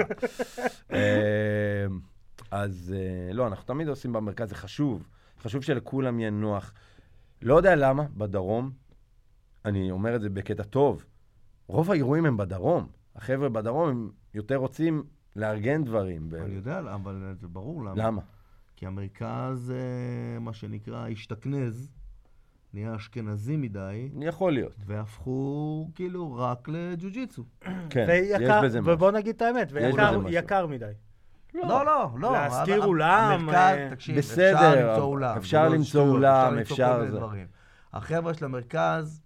אה, אז אה, לא, אנחנו תמיד עושים במרכז, זה חשוב. חשוב שלכולם יהיה נוח. לא יודע למה, בדרום, אני אומר את זה בקטע טוב, רוב האירועים הם בדרום. החבר'ה בדרום הם יותר רוצים לארגן דברים. ב- אני יודע, אבל זה ברור למה. למה? כי המרכז, אה, מה שנקרא, השתכנז, נהיה אשכנזי מדי, יכול להיות. והפכו כאילו רק לג'ו-ג'יצו. כן, יש ויקר- בזה משהו. ובוא נגיד את האמת, בזה ויקר משהו. יקר מדי. לא, לא, לא. להשכיר אבל אולם, המרכז, אה, תקשיב, בסדר, אפשר למצוא אולם. אפשר זה לא למצוא שטויות, אולם, למצוא אפשר כל מיני זה. דברים. החבר'ה של המרכז,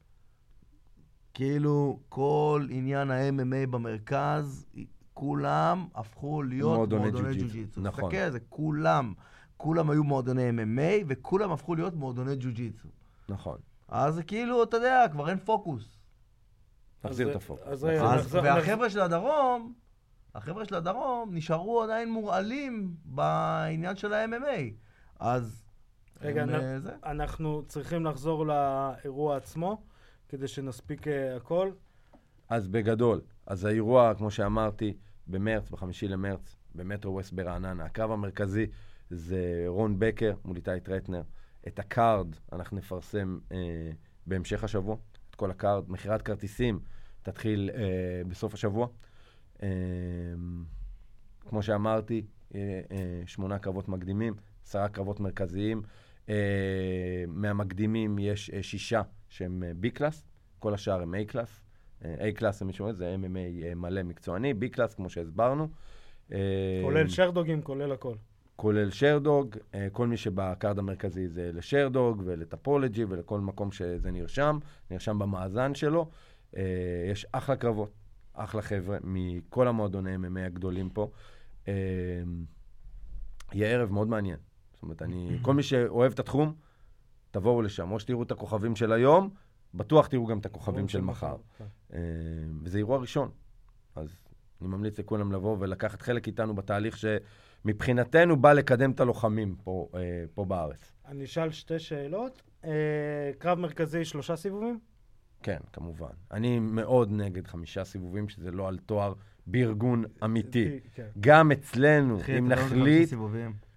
כאילו כל עניין ה-אם אם איי במרכז, כולם הפכו להיות מועדוני מועדוני ג'ו-ג'יצו. ג'ו-ג'יצו. נכון. תסתכל, זה כולם, כולם היו מועדוני אם אם איי, וכולם הפכו להיות מועדוני ג'ו-ג'יצו. נכון. אז זה כאילו, אתה יודע, כבר אין פוקוס. נחזיר אז- את הפוקוס. אז נחזיר. רגע, אז, נחזור- והחבר'ה של הדרום, החבר'ה של הדרום נשארו עדיין מורעלים בעניין של ה-אם אם איי. אז... רגע, הם, נ- אה, זה. אנחנו צריכים לחזור לאירוע עצמו, כדי שנספיק אה, הכל. אז בגדול, אז האירוע, כמו שאמרתי, במרץ, בחמישי למרץ, במטרו ווסט ברעננה. הקרב המרכזי זה רון בקר מול איתי טרטנר. את הקארד אנחנו נפרסם אה, בהמשך השבוע. את כל הקארד, מכירת כרטיסים תתחיל אה, בסוף השבוע. אה, כמו שאמרתי, אה, אה, שמונה קרבות מקדימים, עשרה קרבות מרכזיים. אה, מהמקדימים יש אה, שישה שהם אה, B-קלאס, כל השאר הם A-קלאס. אה, A-קלאס, למי שאומר, זה אם אם איי אה, מלא מקצועני, B-קלאס, כמו שהסברנו. אה, כולל שרדוגים, כולל הכל. כולל שרדוג, אה, כל מי שבקארד המרכזי זה לשרדוג ולטפולוגי ולכל מקום שזה נרשם, נרשם במאזן שלו. אה, יש אחלה קרבות, אחלה חבר'ה מכל המועדוני אם אם איי הגדולים פה. אה, יהיה ערב מאוד מעניין. זאת אומרת, אני, כל מי שאוהב את התחום, תבואו לשם. או שתראו את הכוכבים של היום, בטוח תראו גם את הכוכבים של מחר. אה, וזה אירוע ראשון. אז אני ממליץ לכולם לבוא ולקחת חלק איתנו בתהליך שמבחינתנו בא לקדם את הלוחמים פה, אה, פה בארץ. אני אשאל שתי שאלות. אה, קרב מרכזי, שלושה סיבובים? כן, כמובן. אני מאוד נגד חמישה סיבובים, שזה לא על תואר בארגון אמיתי. כן. גם אצלנו, אחי, אם אתה לא יודע נחליט... סיבובים.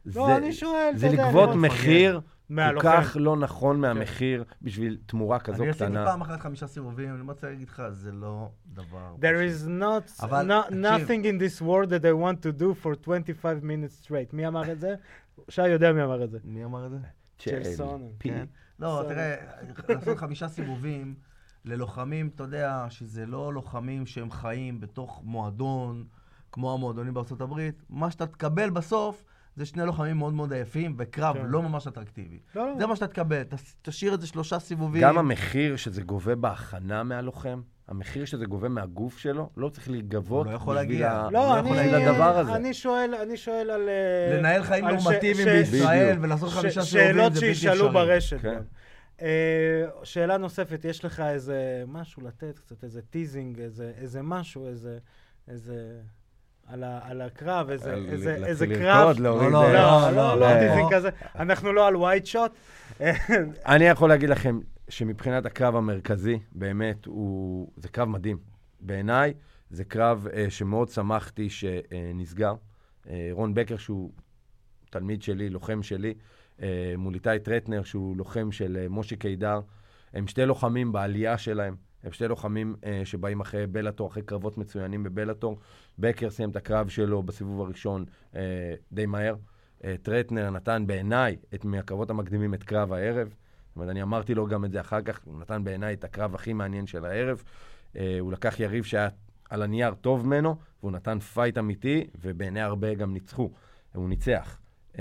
לא, אני שואל, זה אתה יודע, לגבות אני לא מחיר כל מהלוחם. כך לא נכון מהמחיר בשביל תמורה כזו אני עשיתי קטנה. פעם אחת חמישה סיבובים, אני רוצה להגיד לך, זה לא דבר... There is not, אבל, not תקשיב. nothing in this world that I want to do for twenty-five minutes straight. מי אמר את זה? שי יודע מי אמר את זה. מי אמר את זה? צ'ל סונן. כן. לא, תראה, לעשות חמישה סיבובים ללוחמים, אתה יודע, שזה לא לוחמים שהם חיים בתוך מועדון, כמו המועדונים בארצות הברית, מה שאתה תקבל בסוף, זה שני לוחמים מאוד מאוד עייפים, וקרב כן. לא ממש אטרקטיבי. לא, לא. זה מה שאתה תקבל, ת- תשאיר את זה שלושה סיבובים. גם המחיר שזה גובה בהכנה מהלוחם, המחיר שזה גובה מהגוף שלו, לא צריך להיגבות הוא לא יכול בשביל להגיע. ה- הוא לא, לא אני, יכול להגיע לדבר הזה. אני שואל, אני שואל על... אה, לנהל חיים על ש- נורמטיביים ש- בישראל בדיוק. ולעשות ש- חמישה סיבובים, שאלות זה בלתי שישאלו אפשרי. ברשת. כן. גם. אה, שאלה נוספת, יש לך איזה משהו לתת, קצת איזה טיזינג, איזה, איזה משהו, איזה... איזה... על, ה, על הקרב, איזה, על- איזה, להתחיל איזה לרקוד, קרב. להוריד- לא, לא, לא, לא, לא, לא. לא טיזינג כזה. אנחנו לא על ווייט שוט. אני יכול להגיד לכם שמבחינת הקרב המרכזי, באמת, הוא... זה קרב מדהים. בעיניי, זה קרב uh, שמאוד שמחתי שנסגר. Uh, רון בקר, שהוא תלמיד שלי, לוחם שלי, uh, מול איתי טרטנר, שהוא לוחם של uh, מושי קידר. הם שתי לוחמים בעלייה שלהם. הם שתי לוחמים uh, שבאים אחרי בלאטור, אחרי קרבות מצוינים בבלאטור. בקר סיים את הקרב שלו בסיבוב הראשון uh, די מהר. Uh, טרטנר נתן בעיניי את מהקרבות המקדימים את קרב הערב. זאת אומרת, אני אמרתי לו גם את זה אחר כך, הוא נתן בעיניי את הקרב הכי מעניין של הערב. Uh, הוא לקח יריב שהיה על הנייר טוב ממנו, והוא נתן פייט אמיתי, ובעיני הרבה גם ניצחו. הוא ניצח. Uh,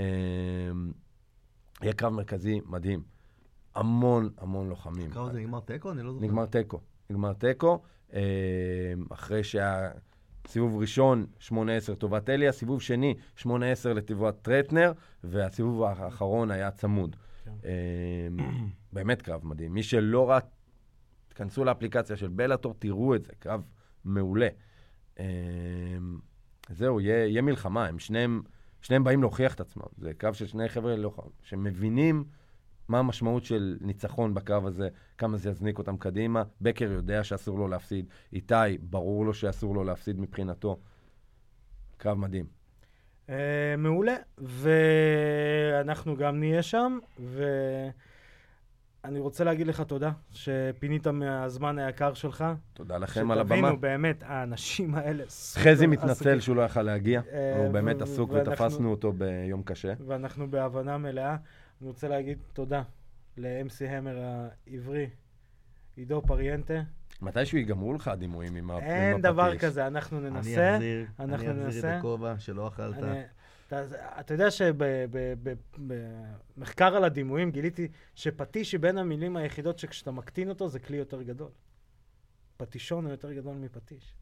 יהיה קרב מרכזי מדהים. המון המון לוחמים. הקרב הזה נגמר תיקו? אני לא זוכר. נגמר תיקו. נגמר תיקו. Uh, אחרי שהסיבוב ראשון, שמונה עשר טובת אליה, סיבוב שני, שמונה עשר לטובת טרטנר, והסיבוב האחרון היה צמוד. כן. Uh, באמת קרב מדהים. מי שלא ראה, תכנסו לאפליקציה של בלאטור, תראו את זה, קרב מעולה. Uh, זהו, יהיה, יהיה מלחמה, הם שניהם, שניהם באים להוכיח את עצמם. זה קרב של שני חבר'ה שמבינים מה המשמעות של ניצחון בקרב הזה, כמה זה יזניק אותם קדימה. בקר יודע שאסור לו להפסיד. איתי, ברור לו שאסור לו להפסיד מבחינתו. קרב מדהים. Uh, מעולה, ואנחנו גם נהיה שם, ואני רוצה להגיד לך תודה שפינית מהזמן היקר שלך. תודה לכם על הבמה. שתבינו, באמת, האנשים האלה... חזי מתנצל שהוא לא יכל להגיע. אה, הוא באמת ו- עסוק ואנחנו- ותפסנו אותו ביום קשה. ואנחנו בהבנה מלאה. אני רוצה להגיד תודה ל-אם סי המר העברי, עידו פריאנטה. מתישהו ייגמרו לך הדימויים עם ה- עם הפטיש. אין דבר כזה, אנחנו אני ננסה. אחזיר, אנחנו אני אחזיר ננסה. את הכובע שלא אכלת. אני- אתה, אתה יודע שבמחקר על הדימויים גיליתי שפטיש היא בין המילים היחידות שכשאתה מקטין אותו זה כלי יותר גדול. פטישון הוא יותר גדול מפטיש.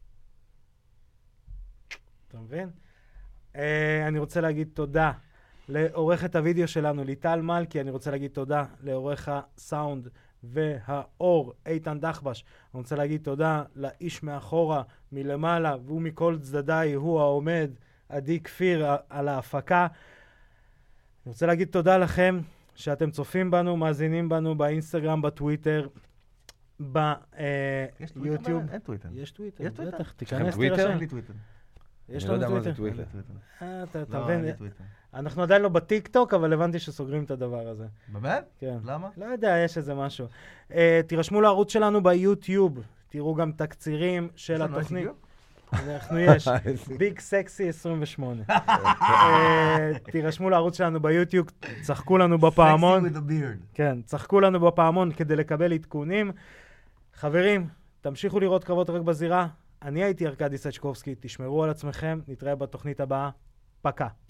אתה מבין? Uh, אני רוצה להגיד תודה לעורכת הוידאו שלנו, ליטל מלכי. אני רוצה להגיד תודה לעורך הסאונד והאור, איתן דחבש. אני רוצה להגיד תודה לאיש מאחורה, מלמעלה, והוא מכל צדדיי, הוא העומד, עדי כפיר, על ההפקה. אני רוצה להגיד תודה לכם שאתם צופים בנו, מאזינים בנו באינסטגרם, בטוויטר, יש טוויטר? ביוטיוב. אין טוויטר. יש טוויטר, יש טוויטר? בטח, לכם תיכנס, טוויטר? תירשם. אין לי טוויטר. יש אני לא לנו יודע מה זה טוויטר. אין לי טוויטר. טוויטר. אה, אתה אתה לא, מבין? אין לי טוויטר. אנחנו עדיין לא בטיק טוק, אבל הבנתי שסוגרים את הדבר הזה. באמת? כן. למה? לא יודע, יש איזה משהו. Uh, תירשמו לערוץ שלנו ביוטיוב, תראו גם תקצירים של יש לנו התוכנית. איי אנחנו יש, ביג סקסי עשרים ושמונה. אה, תירשמו לערוץ שלנו ביוטיוב, צחקו לנו בפעמון. Sexy with a beard. כן, צחקו לנו בפעמון כדי לקבל עדכונים. חברים, תמשיכו לראות קרבות רק בזירה. אני הייתי ארקדי סצ'קובסקי, תשמרו על עצמכם, נתראה בתוכנית הבאה. פקה.